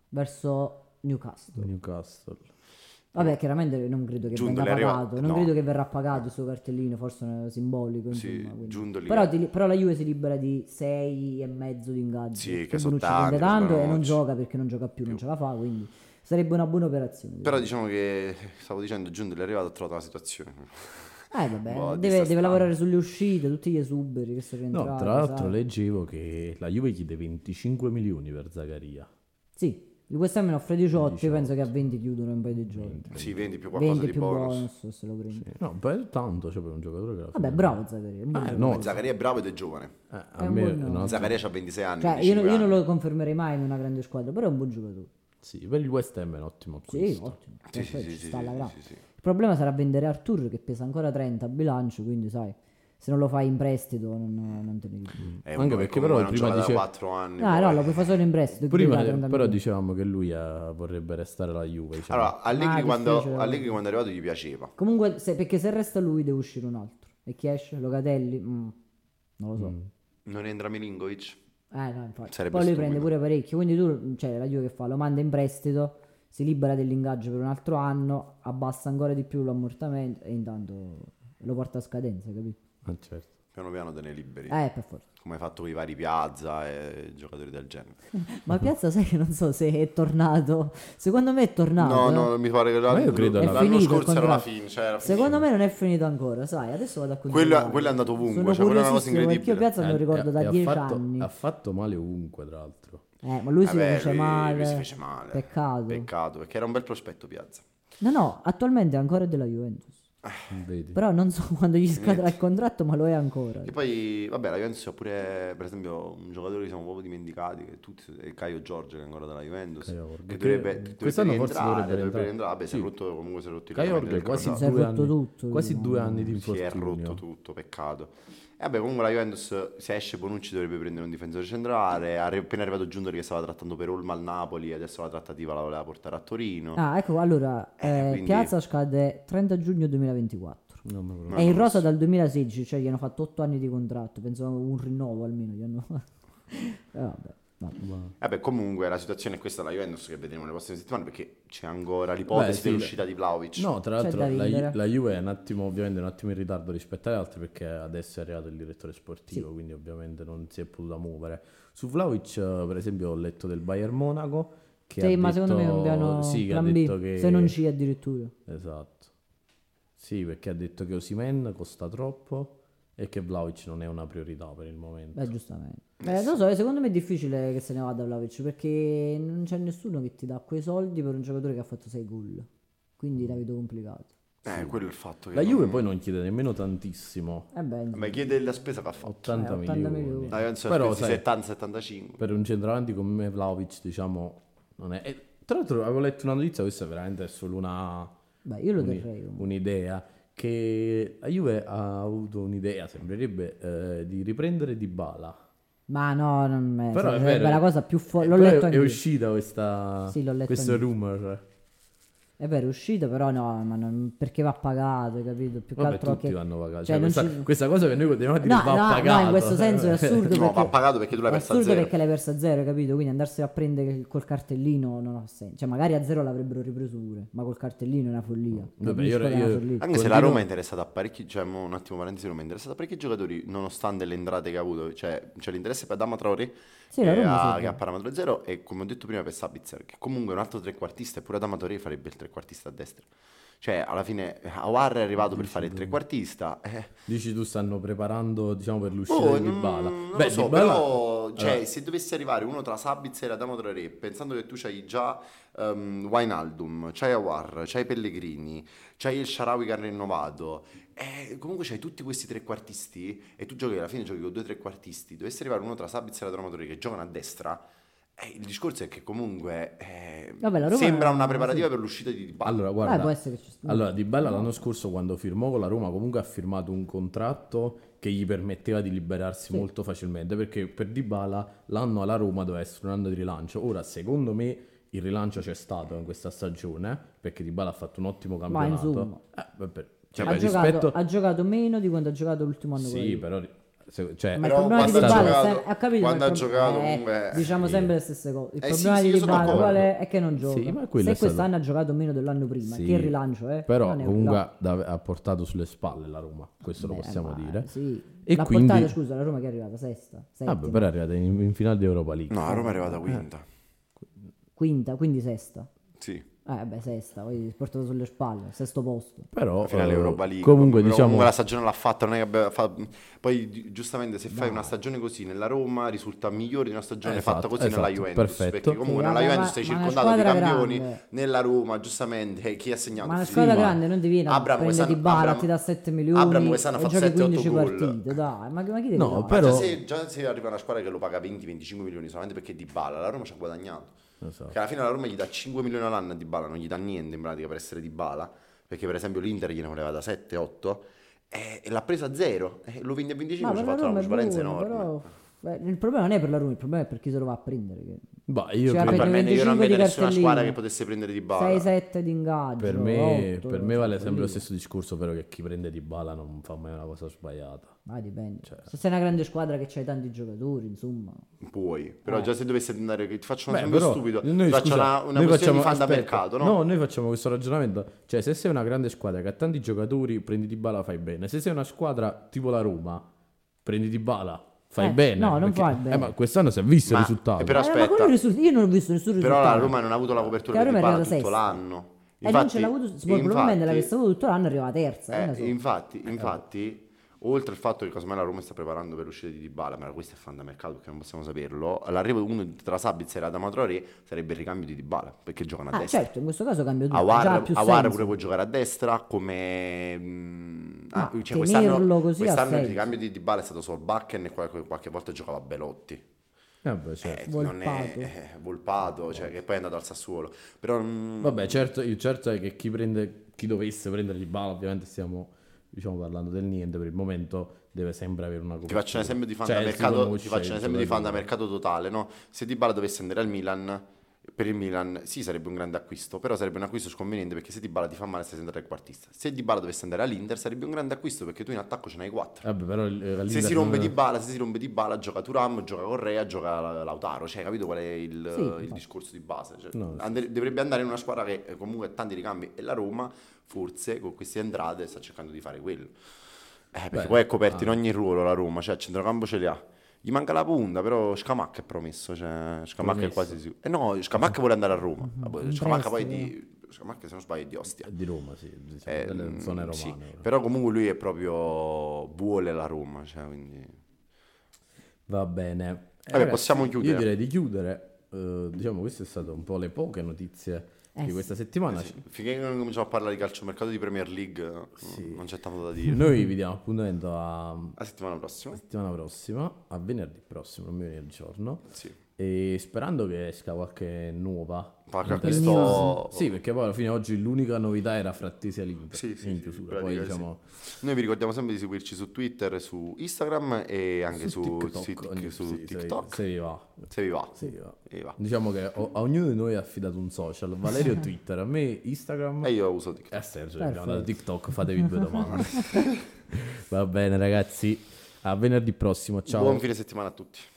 verso Newcastle. Newcastle. Vabbè, chiaramente non credo che Giuntoli venga arriva- pagato. Non no. credo che verrà pagato il suo cartellino, forse è simbolico. Sì, Insomma, quindi. Giuntoli- Però, ti- però la Juve si libera di sei e mezzo di ingaggio. Sì, che che sono Bonucci tanti, prende tanto sono e non oggi. gioca perché non gioca più, non ce la fa. Quindi sarebbe una buona operazione. però diciamo che, stavo dicendo, Giuntoli è arrivato e ha trovato la situazione. Eh, vabbè, boh, deve, dista deve strano. lavorare sulle uscite, tutti gli esuberi che sono No, rientrati. tra l'altro sai. leggevo che la Juve chiede venticinque milioni per Zaccaria. Sì, di quest'anno ne offre diciotto, io diciotto. penso che a venti chiudono un paio di giorni. Sì, vendi più qualcosa venti di più bonus. bonus se lo prendi. No, per tanto, cioè per un giocatore che alla Vabbè, fine- bravo Zaccaria. un buon Eh, giocatore. no, Zaccaria è bravo ed è giovane. eh, a È un me buon no, nome. Zaccaria ha ventisei anni. Cioè, io, venticinque io non anni. lo confermerei mai in una grande squadra, però è un buon giocatore. sì, per il West Ham è un ottimo Sì, acquisto. ottimo. Sì, sì, Perfetto, sì, ci sì, sta sì, alla grande. sì, sì. Il problema sarà vendere Artur che pesa ancora trenta a bilancio, quindi sai, se non lo fai in prestito non, non te ne vivi. Eh, Anche comunque perché però non prima gioca da dice- quattro anni. No, poi. no, lo puoi fare solo in prestito. che Prima, devi dare trenta però milioni. dicevamo che lui eh, vorrebbe restare alla Juve. Diciamo. Allora, Allegri, Ah, quando, difficile, Allegri quando è arrivato gli piaceva. Comunque, se- perché se resta lui deve uscire un altro. E chi esce? Locatelli? Mm, non lo so. Non entra Milinkovic? Eh no, infatti. Sarebbe Poi lui stupido. prende pure parecchio. Quindi tu, cioè, la Juve che fa? Lo manda in prestito, si libera dell'ingaggio per un altro anno, abbassa ancora di più l'ammortamento e intanto lo porta a scadenza, capito? Ah, certo. Piano piano te ne liberi. Eh, per forza. Come hai fatto con i vari Piazza e giocatori del genere. Ma Piazza, sai che non so se è tornato. Secondo me è tornato. No, eh. no, mi pare che Ma io credo l'anno alla- È finito il scorso era la contratto. fine. Cioè era Secondo finito. me non è finito ancora, sai, adesso vado a Quello- controllare. quello è andato ovunque, Sono cioè, quella è una cosa curiosissimo perché io incredibile. Piazza me lo Eh, ricordo e- da e ha dieci fatto- anni. Ha fatto male ovunque, tra l'altro. Eh, ma lui si Vabbè, fece lui- male. lui si fece male. Peccato. Peccato, perché era un bel prospetto Piazza. No, no, attualmente è ancora della Juventus. Vedi? Però non so quando gli scadrà il contratto, ma lo è ancora. E poi, vabbè, la Juventus ha pure, per esempio, un giocatore che siamo proprio dimenticati, che tutti, è Caio Giorgio, che è ancora della Juventus. Caio Jorge, Che che dovrebbe, che dovrebbe quest'anno forse rientrare, dovrebbe dovrebbe rientrare. rientrare. Vabbè, si è Sì. rotto comunque, si è rotto i Caio ligamenti Jorge del quasi Si è crondato. due rotto anni, tutto, quasi lui, due no. anni di Si è infortunio. rotto tutto, peccato. E vabbè, comunque la Juventus, se esce Bonucci dovrebbe prendere un difensore centrale. È appena arrivato Giuntoli che stava trattando per Olma al Napoli, adesso la trattativa la voleva portare a Torino. Ah, ecco, allora, Eh, eh, quindi- Piazza scade trenta giugno duemilaventiquattro. No, ma proprio- È in rosa dal duemilasedici, cioè gli hanno fatto otto anni di contratto, penso un rinnovo almeno. Gli hanno... eh, vabbè, vabbè. Vabbè, comunque la situazione è questa, la Juventus, che vedremo le prossime settimane, perché c'è ancora l'ipotesi Beh, sì, dell'uscita di Vlahovic. No, tra C'è l'altro da la, ridere. Ju- la Juve è un attimo, ovviamente, un attimo in ritardo rispetto agli altri perché adesso è arrivato il direttore sportivo, quindi ovviamente non si è potuta muovere. Su Vlahovic, eh, per esempio, ho letto del Bayern Monaco che Sì, ha ma detto, secondo me è un piano sì, che ha plan detto B, che se non C addirittura. esatto. Sì, perché ha detto che Osimhen costa troppo e che Vlahovic non è una priorità per il momento. Beh, giustamente. Eh, non lo so, secondo me è difficile che se ne vada Vlahovic perché non c'è nessuno che ti dà quei soldi per un giocatore che ha fatto sei gol. Quindi la vedo complicato. Eh, Sì. quello è il fatto che La non- Juve poi non chiede nemmeno tantissimo, Eh beh, Ma chiede la spesa che ha fatto. ottanta Eh, ottanta milioni. milioni. Ah, io penso Però, Però, sai, settanta settantacinque. per un centravanti come Vlahovic, diciamo, non è... E, tra l'altro avevo letto una notizia, questa veramente è solo una... beh, io lo uni- terrei comunque. un'idea, che la Juve ha avuto un'idea, sembrerebbe, eh, di riprendere Dybala. Ma no, non è, Però è sarebbe vero, la cosa più fuori. L'ho però letto è, anche è io. uscita questa, Sì, l'ho letto questo anch'io. rumor. È vero, è uscito, però no, ma non- perché va pagato, hai capito? Più che Vabbè, altro tutti che... vanno pagati. cioè, Cioè, non questa, ci- questa cosa che noi continuiamo a dire No, va no, pagato. no, in questo senso è assurdo. No, perché... va pagato perché tu l'hai è persa a assurdo zero. perché l'hai persa a zero, hai capito? Quindi andarselo a prendere col cartellino non ha senso. Cioè, magari a zero l'avrebbero ripreso pure, ma col cartellino è una follia. Vabbè, Capisco io- che è una io- follia. Anche se la Continuo- Roma è interessata a parecchi, cioè mo un attimo parentesi, Roma è interessata a parecchi giocatori nonostante le entrate che ha avuto, cioè c'è l'interesse per Adama Traoré Sì, la che, Roma ha, sì, che ha sì. parametro zero e come ho detto prima per Sabitzer, che comunque è un altro trequartista e pure Adama Traoré farebbe il trequartista a destra. Cioè alla fine Aouar è arrivato per fare il trequartista. Eh. Dici tu stanno preparando, diciamo, per l'uscita Oh, di non, Dybala. non Beh, lo so, Dybala- però cioè, Allora, se dovesse arrivare uno tra Sabitzer e Adamo Traoré, pensando che tu c'hai già um, Wijnaldum, c'hai Aouar, c'hai Pellegrini, c'hai il Shaarawy che ha rinnovato, e comunque c'hai tutti questi trequartisti e tu giochi alla fine giochi con due trequartisti, dovesse arrivare uno tra Sabitzer e Adamo Traoré che giocano a destra, eh, il discorso è che comunque eh, Vabbè, la Roma- sembra una preparativa sì. per l'uscita di Dybala. allora, Eh, guarda, può essere che ci sta. allora, Dybala l'anno scorso quando firmò con la Roma comunque ha firmato un contratto che gli permetteva di liberarsi Sì. molto facilmente, perché per Dybala l'anno alla Roma doveva essere un anno di rilancio. Ora, secondo me, il rilancio c'è stato in questa stagione, perché Dybala ha fatto un ottimo campionato. insomma. Eh, vabbè, cioè, ha, beh, giocato, rispetto... ha giocato meno di quando ha giocato l'ultimo anno con la Sì, Juve. però... se- Cioè, Ma il Però problema di quando ha Dybala è giocato- sem- ha capito quando il ha giocato, eh, comunque- diciamo sì. sempre le stesse cose. Il Eh, sì, problema sì, di io sono Dybala d'accordo. qual è? È che non gioca. Sì, ma quello Se è stato- quest'anno ha giocato meno dell'anno prima, Sì, che rilancio è? però Non è- comunque no. da- ha portato sulle spalle la Roma, questo lo Beh, possiamo ma- dire. Sì. E L'ha quindi- portata, scusa, la Roma che è arrivata sesta, settima, Vabbè, però è arrivata in, in finale di Europa League. No, la Roma è arrivata quinta. quinta, quindi sesta. Sì. Eh beh, sesta, poi si è portato sulle spalle, sesto posto. Però La finale eh, Europa League. comunque però diciamo comunque la stagione l'ha fatta, non è che abbia fa- poi gi- giustamente se fai una stagione così nella Roma risulta migliore di una stagione Esatto, fatta così nella esatto, Juventus, perfetto. perché comunque Sì, nella vabbè, Juventus ma- sei ma una circondato di squadra campioni, grande. nella Roma giustamente eh, chi ha segnato? Ma una Sì, squadra ma- grande non ti viene a Abram prendere quest'anno- di Bala, Abram- ti dà sette milioni Abram quest'anno ha e fatto giochi sette otto quindici gol. partite, dai, ma, ma chi ti No, dà? Ma però- già se, già se arriva una squadra che lo paga venti venticinque milioni solamente perché di Bala, la Roma ci ha guadagnato. Esatto. Che alla fine la Roma gli dà cinque milioni all'anno a Dybala, non gli dà niente in pratica per essere Dybala, perché per esempio l'Inter gliene voleva da sette otto e, e l'ha presa a zero, e lo vendi a venticinque, Ma ci ha per la fatto una Roma è differenza buono, enorme. però beh, il problema non è per la Roma, il problema è per chi se lo va a prendere. Che... Bah, io Cioè, credo- per- Attualmente io non venticinque vedo di nessuna cartellino. squadra che potesse prendere Dybala. sei sette di ingaggio. per me, otto, per me vale sempre lo follia. stesso discorso, però che chi prende Dybala non fa mai una cosa sbagliata. Ma dipende. Cioè- Se sei una grande squadra che c'hai tanti giocatori, insomma. Puoi, però Eh. già se dovesse andare, che ti faccio un Beh, esempio però stupido, noi, ti faccio scusa, una, una noi questione di facciamo- fantamercato, aspetta, no? noi facciamo questo ragionamento, cioè se sei una grande squadra che ha tanti giocatori, prendi Dybala, fai bene. Se sei una squadra tipo la Roma, prendi Dybala, fai Eh, bene. no, non perché- fai bene. Eh, ma quest'anno si è visto Ma- il risultato. eh, però Eh, ma aspetta. quello risulta- io non ho visto nessun Però risultato. la Roma non ha avuto la copertura Che di la Roma è Dybala arrivata tutto sesta. l'anno. E non ce l'ha avuto, probabilmente infatti- l'avesse avuto tutto l'anno arriva terza. che ne Eh, so. infatti, infatti, oltre al fatto che casomai la Roma sta preparando per l'uscita di Dybala, ma questo è fantamercato perché non possiamo saperlo, l'arrivo di uno tra Sabitzer e Adama Traoré sarebbe il ricambio di Dybala, perché giocano a Ah, destra. certo, in questo caso cambio tutto. già ha Aouar, più Aouar senso. pure può giocare a destra come mh, ah, Ma cioè, tenerlo quest'anno, così ha quest'anno il senso. ricambio di Dybala è stato solo Bakken e qualche, qualche volta giocava Belotti. Vabbè, certo. Eh, non è Volpato. eh, Volpato, cioè, che poi è andato al Sassuolo. Però mh, Vabbè, certo, il certo è che chi prende, chi dovesse prendere Dybala, ovviamente stiamo diciamo parlando del niente, per il momento deve sempre avere una ti copertura. faccio un esempio di Cioè, fantamercato, si ti conosce faccio un il esempio di giocatore. fantamercato totale, no? Se Dybala dovesse andare al Milan, per il Milan sì sarebbe un grande acquisto, però sarebbe un acquisto sconveniente perché se Dybala ti fa male stai sempre trequartista. Se Dybala dovesse andare all'Inter sarebbe un grande acquisto perché tu in attacco ce n'hai quattro. Vabbè, però il- Se l'Inter si rompe non- Dybala, se si rompe Dybala, gioca Thuram, gioca Correa, gioca Lautaro, cioè capito qual è il, Sì, il infatti. discorso di base? Cioè, No, sì. andre- dovrebbe andare in una squadra che eh, comunque ha tanti ricambi e la Roma forse con queste entrate sta cercando di fare quello. Eh, perché Beh, poi è coperto in ah. ogni ruolo la Roma, cioè a centrocampo ce li ha. Gli manca la punta, però Scamacca è promesso, cioè Scamacca è Promesso. quasi sicuro. Eh no, Scamacca vuole andare a Roma. Vabbè, In Scamacca poi prestito. di Scamacca se non sbaglio è di Ostia. di Roma, sì, diciamo, Eh, delle zone romane. sì, ora. però comunque lui è proprio vuole la Roma, cioè quindi Va bene. Eh, Vabbè, possiamo chiudere. Io direi di chiudere. Eh, diciamo, queste sono state un po' le poche notizie Eh, che sì. questa settimana Sì, finché non cominciamo a parlare di calciomercato di Premier League, Sì. non c'è tanto da dire. noi vi diamo appuntamento a La settimana prossima. la settimana prossima, a venerdì prossimo, non mi viene il giorno. Sì. E sperando che esca qualche nuova Qualche Inter- acquisto- Sì, perché poi alla fine oggi l'unica novità era Frattesi all'Inter Sì, sì, in sì, chiusura. in Poi pratica diciamo Noi vi ricordiamo sempre di seguirci su Twitter, su Instagram e anche su, TikTok, su tic- ogni- su sì, se- TikTok. se vi va. Se vi va. Se vi va. Se vi va. Diciamo che o- a ognuno di noi ha affidato un social. Valerio Twitter, a me Instagram E io uso TikTok. e a Sergio Perfetto. abbiamo dato TikTok. Fatevi due domande. Va bene ragazzi, a venerdì prossimo, ciao. Buon fine settimana a tutti.